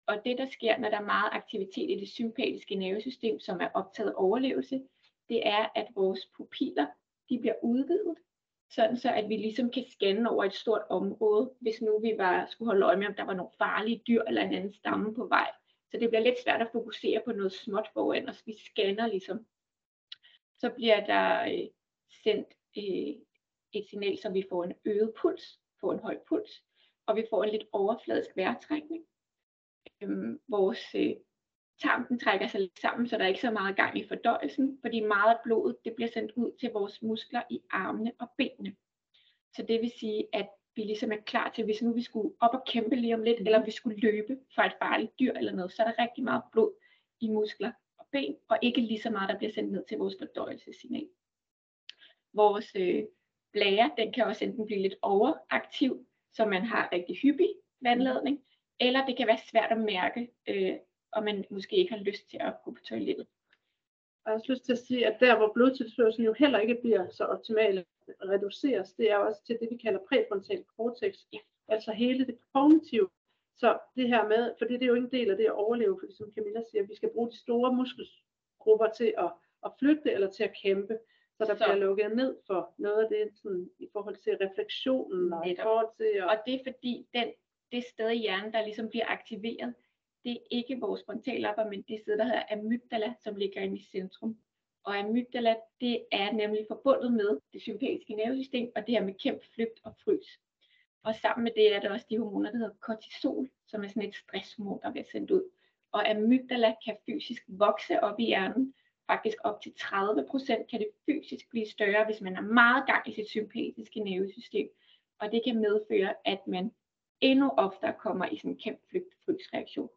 Speaker 1: Og det, der sker, når der er meget aktivitet i det sympatiske nervesystem, som er optaget af overlevelse, det er, at vores pupiller, de bliver udvidet, sådan så at vi ligesom kan scanne over et stort område, hvis nu vi var, skulle holde øje med, om der var nogle farlige dyr eller en anden stamme på vej. Så det bliver lidt svært at fokusere på noget småt foran os. Vi scanner ligesom. Så bliver der øh, sendt øh, et signal, så vi får en øget puls, får en høj puls, og vi får en lidt overfladisk vejrtrækning. Øhm, vores øh, tarm den trækker sig lidt sammen, så der er ikke så meget gang i fordøjelsen, fordi meget af blodet det bliver sendt ud til vores muskler i armene og benene. Så det vil sige, at vi ligesom er klar til, hvis nu vi skulle op og kæmpe lige om lidt, eller vi skulle løbe fra et farligt dyr eller noget, så er der rigtig meget blod i muskler og ben, og ikke lige så meget, der bliver sendt ned til vores fordøjelsessignal. Vores øh, blære, den kan også enten blive lidt overaktiv, så man har rigtig hyppig vandladning, eller det kan være svært at mærke, øh, og man måske ikke har lyst til at gå på toilettet.
Speaker 2: Jeg har også lyst til at sige, at der hvor blodtilførslen jo heller ikke bliver så optimalt reduceres, det er også til det vi kalder præfrontal cortex, ja. Altså hele det kognitive. Så det her med, for det er jo ikke en del af det at overleve, fordi som Camilla siger, vi skal bruge de store muskelgrupper til at, at flygte eller til at kæmpe, så der så. bliver lukket ned for noget af det sådan, i forhold til refleksionen og i forhold til at...
Speaker 1: Og det er fordi den, det sted i hjernen, der ligesom bliver aktiveret, det er ikke vores frontallapper, men det sted, der hedder amygdala, som ligger inde i centrum. Og amygdala, det er nemlig forbundet med det sympatiske nervesystem, og det her med kæmp, flygt og frys. Og sammen med det er der også de hormoner, der hedder kortisol, som er sådan et stresshormon, der bliver sendt ud. Og amygdala kan fysisk vokse op i hjernen. Faktisk op til tredive procent kan det fysisk blive større, hvis man har meget gang i sit sympatiske nervesystem. Og det kan medføre, at man endnu oftere kommer i sådan en kæmp, flygt, frys-reaktion.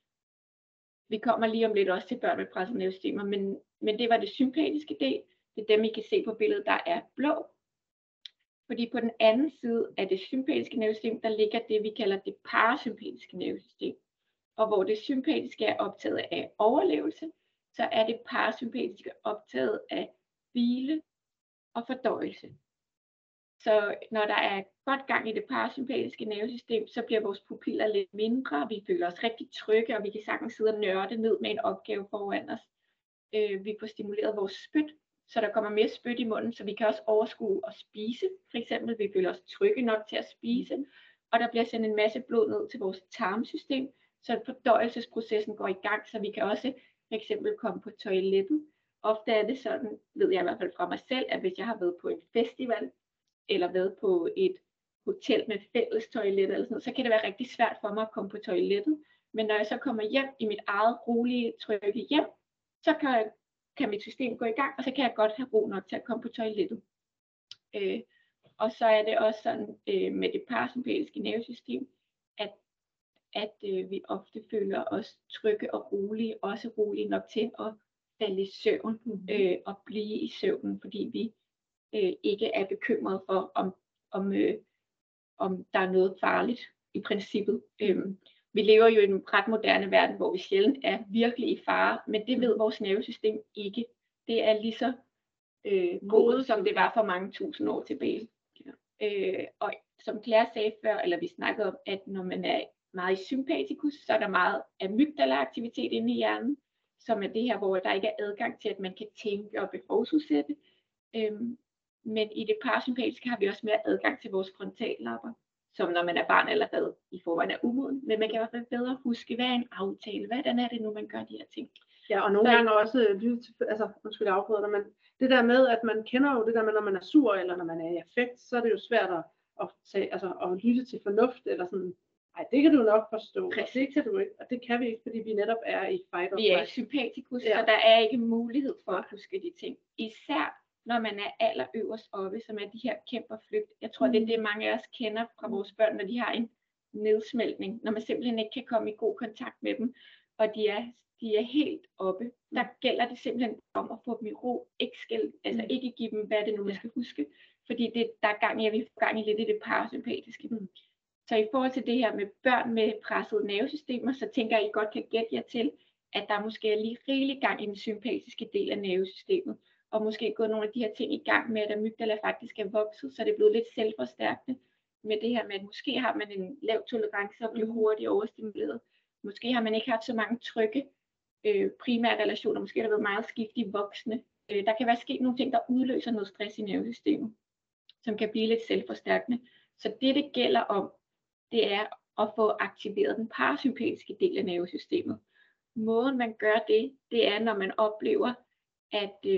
Speaker 1: Vi kommer lige om lidt også til børn med pressede nervesystemer, men, men det var det sympatiske del. Det er dem, I kan se på billedet, der er blå. Fordi på den anden side af det sympatiske nervesystem, der ligger det, vi kalder det parasympatiske nervesystem. Og hvor det sympatiske er optaget af overlevelse, så er det parasympatiske optaget af hvile og fordøjelse. Så når der er godt gang i det parasympatiske nervesystem, så bliver vores pupiller lidt mindre, vi føler os rigtig trygge, og vi kan sagtens sidde og nørde ned med en opgave foran os. Øh, vi får stimuleret vores spyt, så der kommer mere spyt i munden, så vi kan også overskue at spise. For eksempel, vi føler os trygge nok til at spise, og der bliver sendt en masse blod ned til vores tarmsystem, så fordøjelsesprocessen går i gang, så vi kan også for eksempel komme på toilettet. Ofte er det sådan, ved jeg i hvert fald fra mig selv, at hvis jeg har været på en festival, eller været på et hotel med fælles toilet eller sådan noget, så kan det være rigtig svært for mig at komme på toilettet. Men når jeg så kommer hjem i mit eget rolige, trygge hjem, så kan, kan mit system gå i gang, og så kan jeg godt have ro nok til at komme på toilettet. Øh, og så er det også sådan øh, med det parasympatiske nervesystem, at, at øh, vi ofte føler os trygge og rolige, også rolige nok til at falde i søvn øh, og blive i søvnen, fordi vi øh, ikke er bekymret for, om, om, øh, om der er noget farligt i princippet. Øhm, vi lever jo i en ret moderne verden, hvor vi sjældent er virkelig i fare, men det ved vores nervesystem ikke. Det er lige så øh, modet, som det var for mange tusind år tilbage. Ja. Øh, og som Claire sagde før, eller vi snakkede om, at når man er meget i sympatikus, så er der meget amygdala-aktivitet inde i hjernen, som er det her, hvor der ikke er adgang til, at man kan tænke og behovsudsætte. Øhm, Men i det parasympatiske har vi også mere adgang til vores frontallapper, som når man er barn allerede i forvejen er umoden. Men man kan i hvert fald bedre huske, hvad er en aftale, hvordan er det nu, man gør de her ting.
Speaker 2: Ja, og nogle så, gange også lytte til, altså, undskyld jeg afbryder dig, men det der med, at man kender jo det der med, når man er sur, eller når man er i affekt, så er det jo svært at, at, tage, altså, at lytte til fornuft, eller sådan, nej, det kan du nok forstå, og det kan du ikke, og det kan vi ikke, fordi vi netop er i fight or
Speaker 1: flight. Vi er i sympatikus, ja. Så der er ikke mulighed for at huske de ting. Især når man er allerøverst oppe, som er de her kæmp og flygt. Jeg tror, mm. det er det, mange af os kender fra vores børn, når de har en nedsmeltning, når man simpelthen ikke kan komme i god kontakt med dem, og de er, de er helt oppe. Mm. Der gælder det simpelthen om at få dem i ro, ikke, skæld, altså mm. ikke give dem, hvad det nu man skal huske, fordi det, der er gang i, at vi får gang i lidt i det parasympatiske. Mm. Så i forhold til det her med børn med pressede nervesystemer, så tænker jeg, at I godt kan gætte jer til, at der måske er lige rigelig gang i den sympatiske del af nervesystemet, og måske gået nogle af de her ting i gang med, at amygdala faktisk er vokset, så det er blevet lidt selvforstærkende med det her med, at måske har man en lav tolerance og bliver hurtigt overstimuleret. Måske har man ikke haft så mange trygge øh, primære relationer. Måske har der været meget skiftige voksne. Øh, der kan være sket nogle ting, der udløser noget stress i nervesystemet, som kan blive lidt selvforstærkende. Så det, det gælder om, det er at få aktiveret den parasympatiske del af nervesystemet. Måden man gør det, det er, når man oplever, at øh,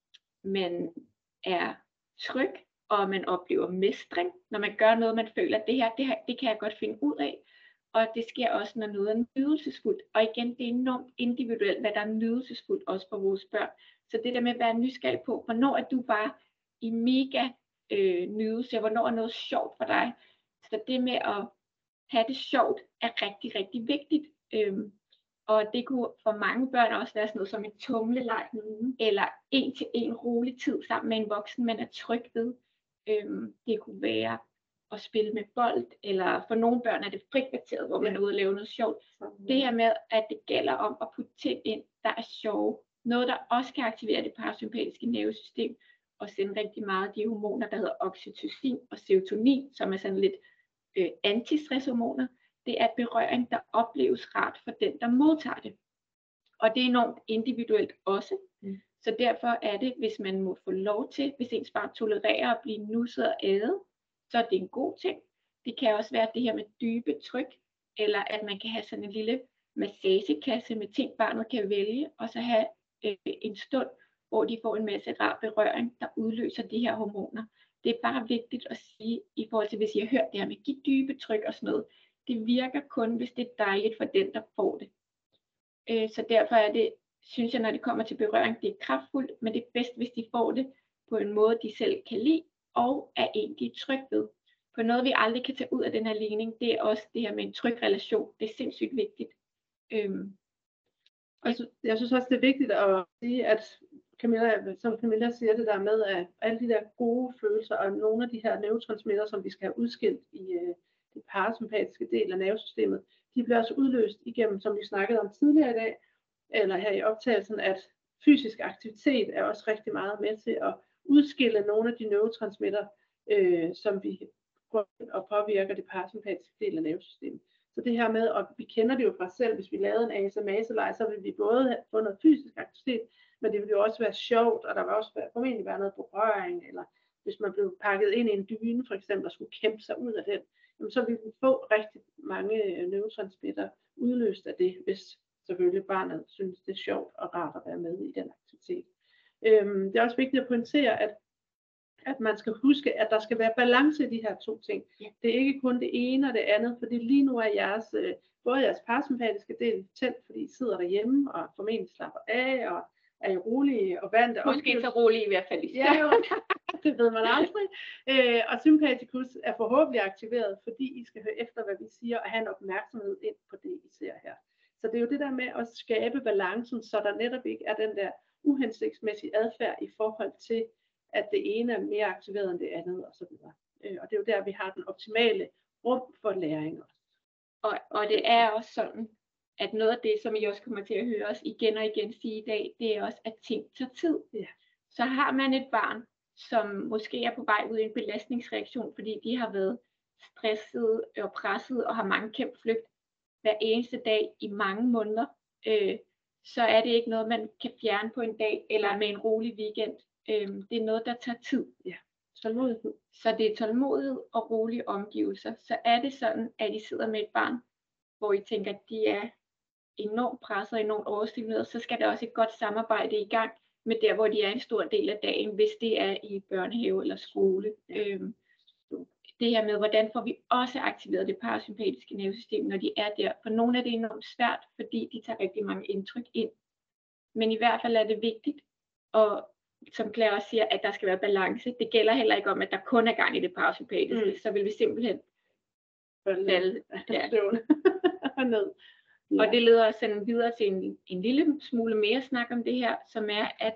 Speaker 1: man er tryg, og man oplever mestring, når man gør noget, man føler, at det her, det her, det kan jeg godt finde ud af. Og det sker også, når noget er nydelsesfuldt. Og igen, det er enormt individuelt, hvad der er nydelsesfuldt også for vores børn. Så det der med at være nysgerrig på, hvornår er du bare i mega øh, nydelse, og hvornår er noget sjovt for dig. Så det med at have det sjovt er rigtig, rigtig vigtigt. Øhm, og det kunne for mange børn også være sådan noget som en tumleleg, mm. eller en til en rolig tid sammen med en voksen, man er tryg ved. Øhm, det kunne være at spille med bold, eller for nogle børn er det frikvarteret, hvor man er ude og lave noget sjovt. Mm. Det her med, at det gælder om at putte ting ind, der er sjove. Noget, der også kan aktivere det parasympatiske nervesystem, og sende rigtig meget af de hormoner, der hedder oxytocin og serotonin, som er sådan lidt øh, antistresshormoner. Det er berøring, der opleves rart for den, der modtager det. Og det er enormt individuelt også. Mm. Så derfor er det, hvis man må få lov til, hvis ens barn tolererer at blive nusset og ædet, så er det en god ting. Det kan også være det her med dybe tryk, eller at man kan have sådan en lille massagekasse med ting, barnet kan vælge, og så have øh, en stund, hvor de får en masse rar berøring, der udløser de her hormoner. Det er bare vigtigt at sige, i forhold til, hvis I har hørt det her med give dybe tryk og sådan noget, det virker kun, hvis det er dejligt for den, der får det. Øh, så derfor er det, synes jeg, når det kommer til berøring, det er kraftfuldt, men det er bedst, hvis de får det på en måde, de selv kan lide, og er en, de er tryg ved. For noget, vi aldrig kan tage ud af den her ligning, det er også det her med en tryg relation. Det er sindssygt vigtigt. Øhm,
Speaker 2: og jeg, jeg synes også, det er vigtigt at sige, at Camilla, som Camilla siger det der med, at alle de der gode følelser, og nogle af de her neurotransmitter, som vi skal have udskilt i øh, det parasympatiske del af nervesystemet, de bliver også udløst igennem, som vi snakkede om tidligere i dag, eller her i optagelsen, at fysisk aktivitet er også rigtig meget med til at udskille nogle af de neurotransmitter, øh, som vi og påvirker det parasympatiske del af nervesystemet. Så det her med, og vi kender det jo fra os selv, hvis vi lavede en A S M A-leg, så ville vi både få noget fysisk aktivitet, men det ville jo også være sjovt, og der vil også være, formentlig være noget berøring, eller hvis man blev pakket ind i en dyne for eksempel, og skulle kæmpe sig ud af den, jamen, så ville vi få rigtig mange neurotransmitter udløst af det, hvis selvfølgelig barnet synes, det er sjovt og rart at være med i den aktivitet. Øhm, det er også vigtigt at pointere, at at man skal huske, at der skal være balance i de her to ting. Ja. Det er ikke kun det ene og det andet, fordi lige nu er jeres, både jeres parasympatiske del tændt, fordi I sidder derhjemme og formentlig slapper af og er rolige og vante.
Speaker 1: Måske så rolige i hvert fald.
Speaker 2: Ja, jo, det ved man aldrig. Øh, og sympatikus er forhåbentlig aktiveret, fordi I skal høre efter, hvad vi siger, og have en opmærksomhed ind på det, I ser her. Så det er jo det der med at skabe balancen, så der netop ikke er den der uhensigtsmæssige adfærd i forhold til, at det ene er mere aktiveret end det andet, og så videre. Øh, og det er jo der, vi har den optimale rum for læring også.
Speaker 1: Og, og det er også sådan, at noget af det, som I også kommer til at høre os igen og igen sige i dag, det er også, at ting tager tid.
Speaker 2: Ja.
Speaker 1: Så har man et barn, som måske er på vej ud i en belastningsreaktion, fordi de har været stresset og presset og har mange kæmpe flygt hver eneste dag i mange måneder, øh, så er det ikke noget, man kan fjerne på en dag eller med en rolig weekend. Øhm, det er noget, der tager tid.
Speaker 2: Ja, tålmodighed.
Speaker 1: Så det er tålmodighed og rolige omgivelser. Så er det sådan, at I sidder med et barn, hvor I tænker, at de er enormt presset og enormt overstimuleret, så skal der også et godt samarbejde i gang med der, hvor de er en stor del af dagen, hvis det er i børnehave eller skole. Ja. Øhm, det her med, hvordan får vi også aktiveret det parasympatiske nervesystem, når de er der. For nogle er det enormt svært, fordi de tager rigtig mange indtryk ind. Men i hvert fald er det vigtigt, og som Claire også siger, at der skal være balance. Det gælder heller ikke om, at der kun er gang i det parasympatiske. Mm. Så vil vi simpelthen falde ja.
Speaker 2: ned.
Speaker 1: Ja. Og det leder os sådan videre til en, en lille smule mere snak om det her, som er, at,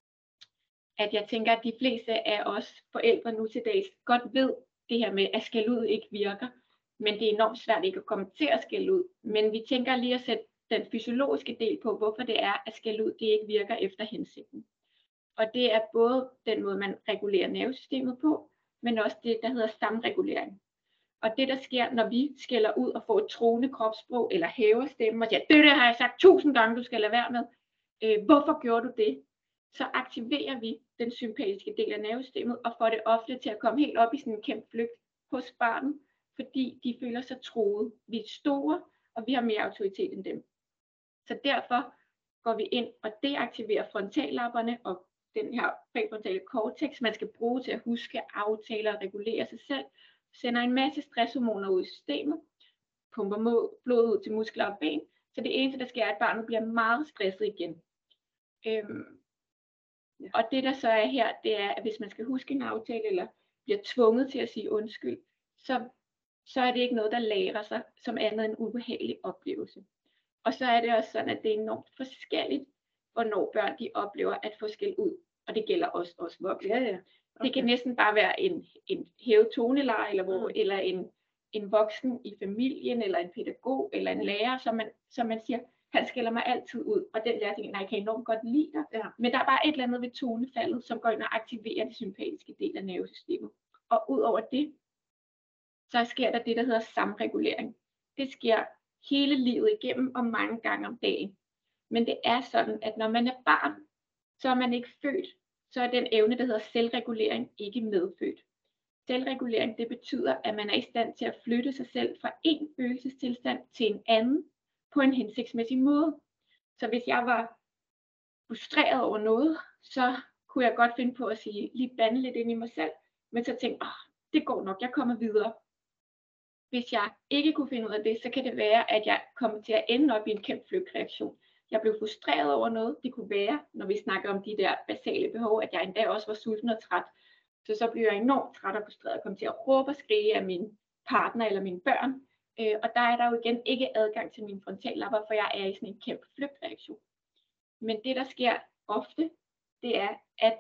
Speaker 1: at jeg tænker, at de fleste af os forældre nu til dags godt ved det her med, at skælde ud ikke virker. Men det er enormt svært ikke at komme til at skælde ud. Men vi tænker lige at sætte den fysiologiske del på, hvorfor det er, at skælde ud det ikke virker efter hensigten. Og det er både den måde, man regulerer nervesystemet på, men også det, der hedder samregulering. Og det, der sker, når vi skælder ud og får et truende kropssprog, eller hæver stemmen og siger, det der har jeg sagt tusind gange, du skal lade være med. Øh, hvorfor gjorde du det? Så aktiverer vi den sympatiske del af nervesystemet, og får det ofte til at komme helt op i sådan en kæmpe flygt hos barnet, fordi de føler sig truet. Vi er store, og vi har mere autoritet end dem. Så derfor går vi ind og deaktiverer frontallapperne og den her præfrontale cortex, man skal bruge til at huske, aftale og regulere sig selv, sender en masse stresshormoner ud i systemet, pumper blod ud til muskler og ben, så det eneste, der sker, er, at barnet bliver meget stresset igen. Øhm, ja. Og det, der så er her, det er, at hvis man skal huske en aftale, eller bliver tvunget til at sige undskyld, så, så er det ikke noget, der lærer sig som andet end ubehagelig oplevelse. Og så er det også sådan, at det er enormt forskelligt, hvornår børn de oplever at få skæld ud. Og det gælder også os voksne. Ja, ja. Okay. Det kan næsten bare være en, en hævet toneleje, eller, hvor, mm. eller en, en voksen i familien, eller en pædagog, eller en lærer, som man, som man siger, han skælder mig altid ud. Og den lærer tænker, nej, jeg kan enormt godt lide dig. Ja. Men der er bare et eller andet ved tonefaldet, som går ind og aktiverer det sympatiske del af nervesystemet. Og ud over det, så sker der det, der hedder samregulering. Det sker hele livet igennem og mange gange om dagen. Men det er sådan, at når man er barn, så er man ikke født, så er den evne, der hedder selvregulering, ikke medfødt. Selvregulering, det betyder, at man er i stand til at flytte sig selv fra en følelsestilstand til en anden på en hensigtsmæssig måde. Så hvis jeg var frustreret over noget, så kunne jeg godt finde på at sige, lige bande lidt ind i mig selv, men så tænke, åh, det går nok, jeg kommer videre. Hvis jeg ikke kunne finde ud af det, så kan det være, at jeg kommer til at ende op i en kæmpe flygtreaktion. Jeg blev frustreret over noget. Det kunne være, når vi snakker om de der basale behov, at jeg endda også var sulten og træt. Så så blev jeg enormt træt og frustreret og kom til at råbe og skrige af min partner eller mine børn. Øh, og der er der jo igen ikke adgang til mine frontallapper, for jeg er i sådan en kæmpe flygtreaktion. Men det, der sker ofte, det er, at,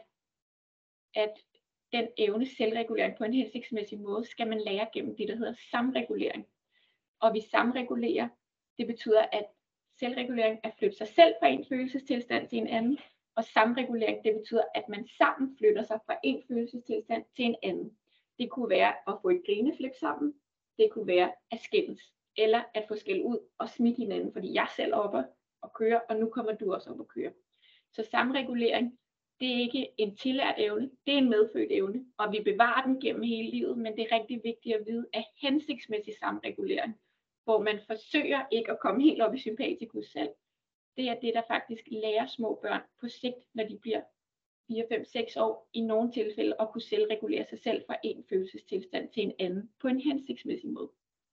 Speaker 1: at den evne selvregulering på en hensigtsmæssig måde, skal man lære gennem det, der hedder samregulering. Og vi samregulerer, det betyder, at selvregulering er at flytte sig selv fra en følelsestilstand til en anden, og samregulering, det betyder, at man sammen flytter sig fra en følelsestilstand til en anden. Det kunne være at få et grineflip sammen, det kunne være at skændes, eller at få skæld ud og smitte hinanden, fordi jeg selv er oppe og kører, og nu kommer du også op og køre. Så samregulering, det er ikke en tillært evne, det er en medfødt evne, og vi bevarer den gennem hele livet, men det er rigtig vigtigt at vide, at hensigtsmæssig samregulering, hvor man forsøger ikke at komme helt op i sympatikus selv, det er det, der faktisk lærer små børn på sigt, når de bliver fire, fem, seks år, i nogle tilfælde at kunne selvregulere sig selv fra en følelsestilstand til en anden, på en hensigtsmæssig måde.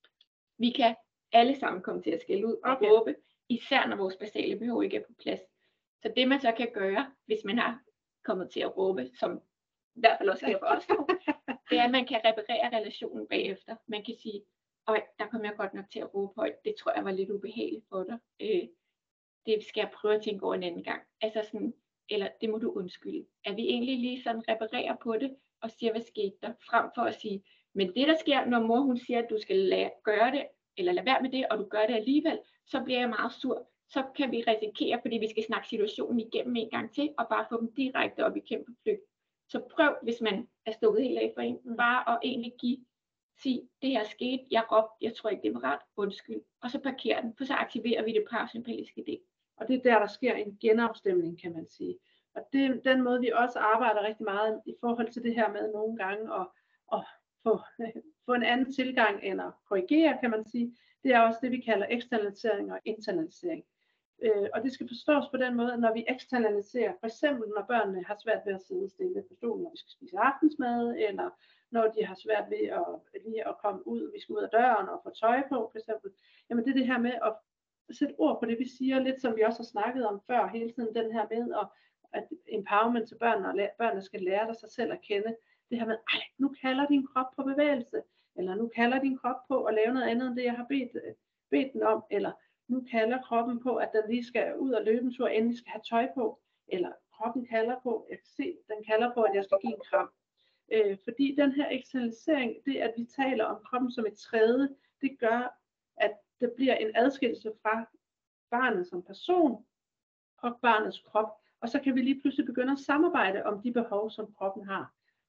Speaker 1: Vi kan alle sammen komme til at skælde ud og
Speaker 2: okay.
Speaker 1: råbe, især når vores basale behov ikke er på plads. Så det man så kan gøre, hvis man har kommet til at råbe, som i hvert fald også sker for os, det er, at man kan reparere relationen bagefter. Man kan sige, øj, der kom jeg godt nok til at råbe højt, det tror jeg var lidt ubehageligt for dig. Øh, det skal jeg prøve at tænke over en anden gang. Altså sådan, eller det må du undskylde. At vi egentlig lige sådan reparerer på det, og siger, hvad skete der, frem for at sige, men det der sker, når mor hun siger, at du skal lade, gøre det, eller lade være med det, og du gør det alligevel, så bliver jeg meget sur. Så kan vi risikere, fordi vi skal snakke situationen igennem en gang til, og bare få dem direkte op i kæmpe flygt. Så prøv, hvis man er stukket helt af for en, bare at egentlig give, sige, det her skete, jeg råbte, jeg tror ikke det var ret, undskyld, og så parkerer den, for så aktiverer vi det parasympatiske del.
Speaker 2: Og det er der, der sker en genafstemning, kan man sige. Og det er den måde, vi også arbejder rigtig meget i forhold til det her med nogle gange at, at få, få en anden tilgang end at korrigere, kan man sige. Det er også det, vi kalder eksternalisering og internalisering. Øh, og det skal forstås på den måde, at når vi eksternaliserer, for eksempel når børnene har svært ved at sidde stille på stolen, når vi skal spise aftensmad, eller når de har svært ved at, lige at komme ud, vi skal ud af døren og få tøj på, for eksempel. Jamen det er det her med at sætte ord på det, vi siger, lidt som vi også har snakket om før, hele tiden den her med, at, at empowerment til børnene, og børnene skal lære sig selv at kende, det her med, ej, nu kalder din krop på bevægelse, eller nu kalder din krop på at lave noget andet, end det jeg har bedt, bedt den om, eller nu kalder kroppen på, at den lige skal ud og løbe en tur, inden vi skal have tøj på, eller kroppen kalder på, jeg kan se, den kalder på, at jeg skal give en kram. Øh, fordi den her eksternalisering, det at vi taler om kroppen som et tredje, det gør, at der bliver en adskillelse fra barnet som person og barnets krop, og så kan vi lige pludselig begynde at samarbejde om de behov, som kroppen har.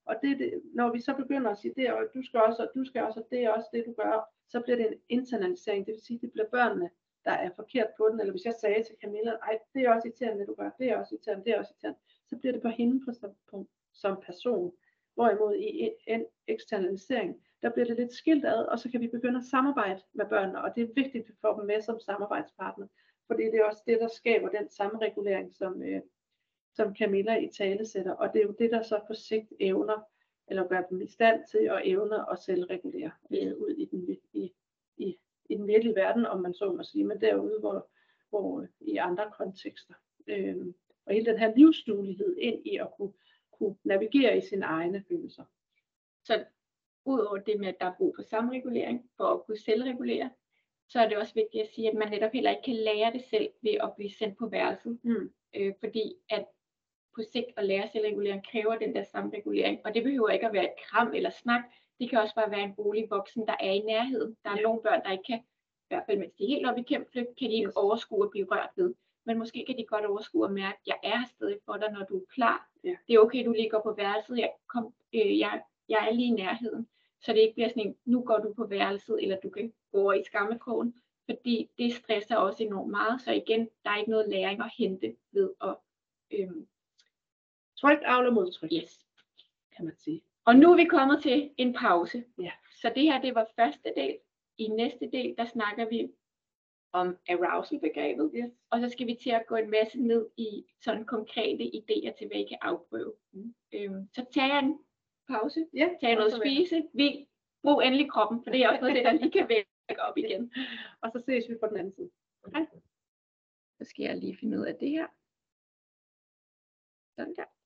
Speaker 2: Og det, det, når vi så begynder at sige, det er, du skal også, og du skal også, og det er også det, du gør, så bliver det en internalisering. Det vil sige, det bliver børnene, der er forkert på den. Eller hvis jeg sagde til Camilla, ej, det er også irriterende, det du gør, det er også irriterende, det er også irriterende, så bliver det på hende på, på, som person. Hvorimod i en eksternalisering, der bliver det lidt skilt ad, og så kan vi begynde at samarbejde med børnene, og det er vigtigt, at vi får dem med som samarbejdspartner, fordi det er også det, der skaber den samregulering, som, øh, som Camilla i tale sætter, og det er jo det, der så på sigt evner, eller gør dem i stand til at evne at selvregulere øh, ud i den, i, i, i den virkelige verden, om man så må sige, men derude, hvor, hvor i andre kontekster. Øh, og hele den her livsduelighed ind i at kunne kunne navigere i sine egne følelser.
Speaker 1: Så udover det med, at der er brug for samregulering, for at kunne selvregulere, så er det også vigtigt at sige, at man netop heller ikke kan lære det selv ved at blive sendt på værelset. Mm. Øh, fordi at på sigt at lære selvregulering kræver den der samregulering. Og det behøver ikke at være et kram eller snak. Det kan også bare være en bolig voksen, der er i nærheden. Der er ja. nogle børn, der ikke kan, i hvert fald mens de er helt oppe i kæmpeflygt, kan de ikke yes. overskue at blive rørt ved. Men måske kan de godt overskue at mærke, at jeg er stadig for dig, når du er klar. Ja. Det er okay, du lige går på værelset. Jeg, kom, øh, jeg, jeg er lige i nærheden. Så det ikke bliver sådan en, nu går du på værelset, eller du kan gå over i skammekrogen. Fordi det stresser også enormt meget. Så igen, der er ikke noget læring at hente ved at øh,
Speaker 2: tryk avler mod tryk.
Speaker 1: Yes,
Speaker 2: kan man sige.
Speaker 1: Og nu er vi kommet til en pause.
Speaker 2: Ja.
Speaker 1: Så det her, det var første del. I næste del, der snakker vi om arousal-begrebet, yes. Og så skal vi til at gå en masse ned i sådan konkrete idéer til, hvad I kan afprøve. Mm. Øhm, så tag en pause,
Speaker 2: ja,
Speaker 1: tag noget at spise, vi brug endelig kroppen, for det er også noget, det der lige kan vække op igen.
Speaker 2: Og så ses vi på den anden side.
Speaker 1: Okay. Så skal jeg lige finde ud af det her. Sådan der.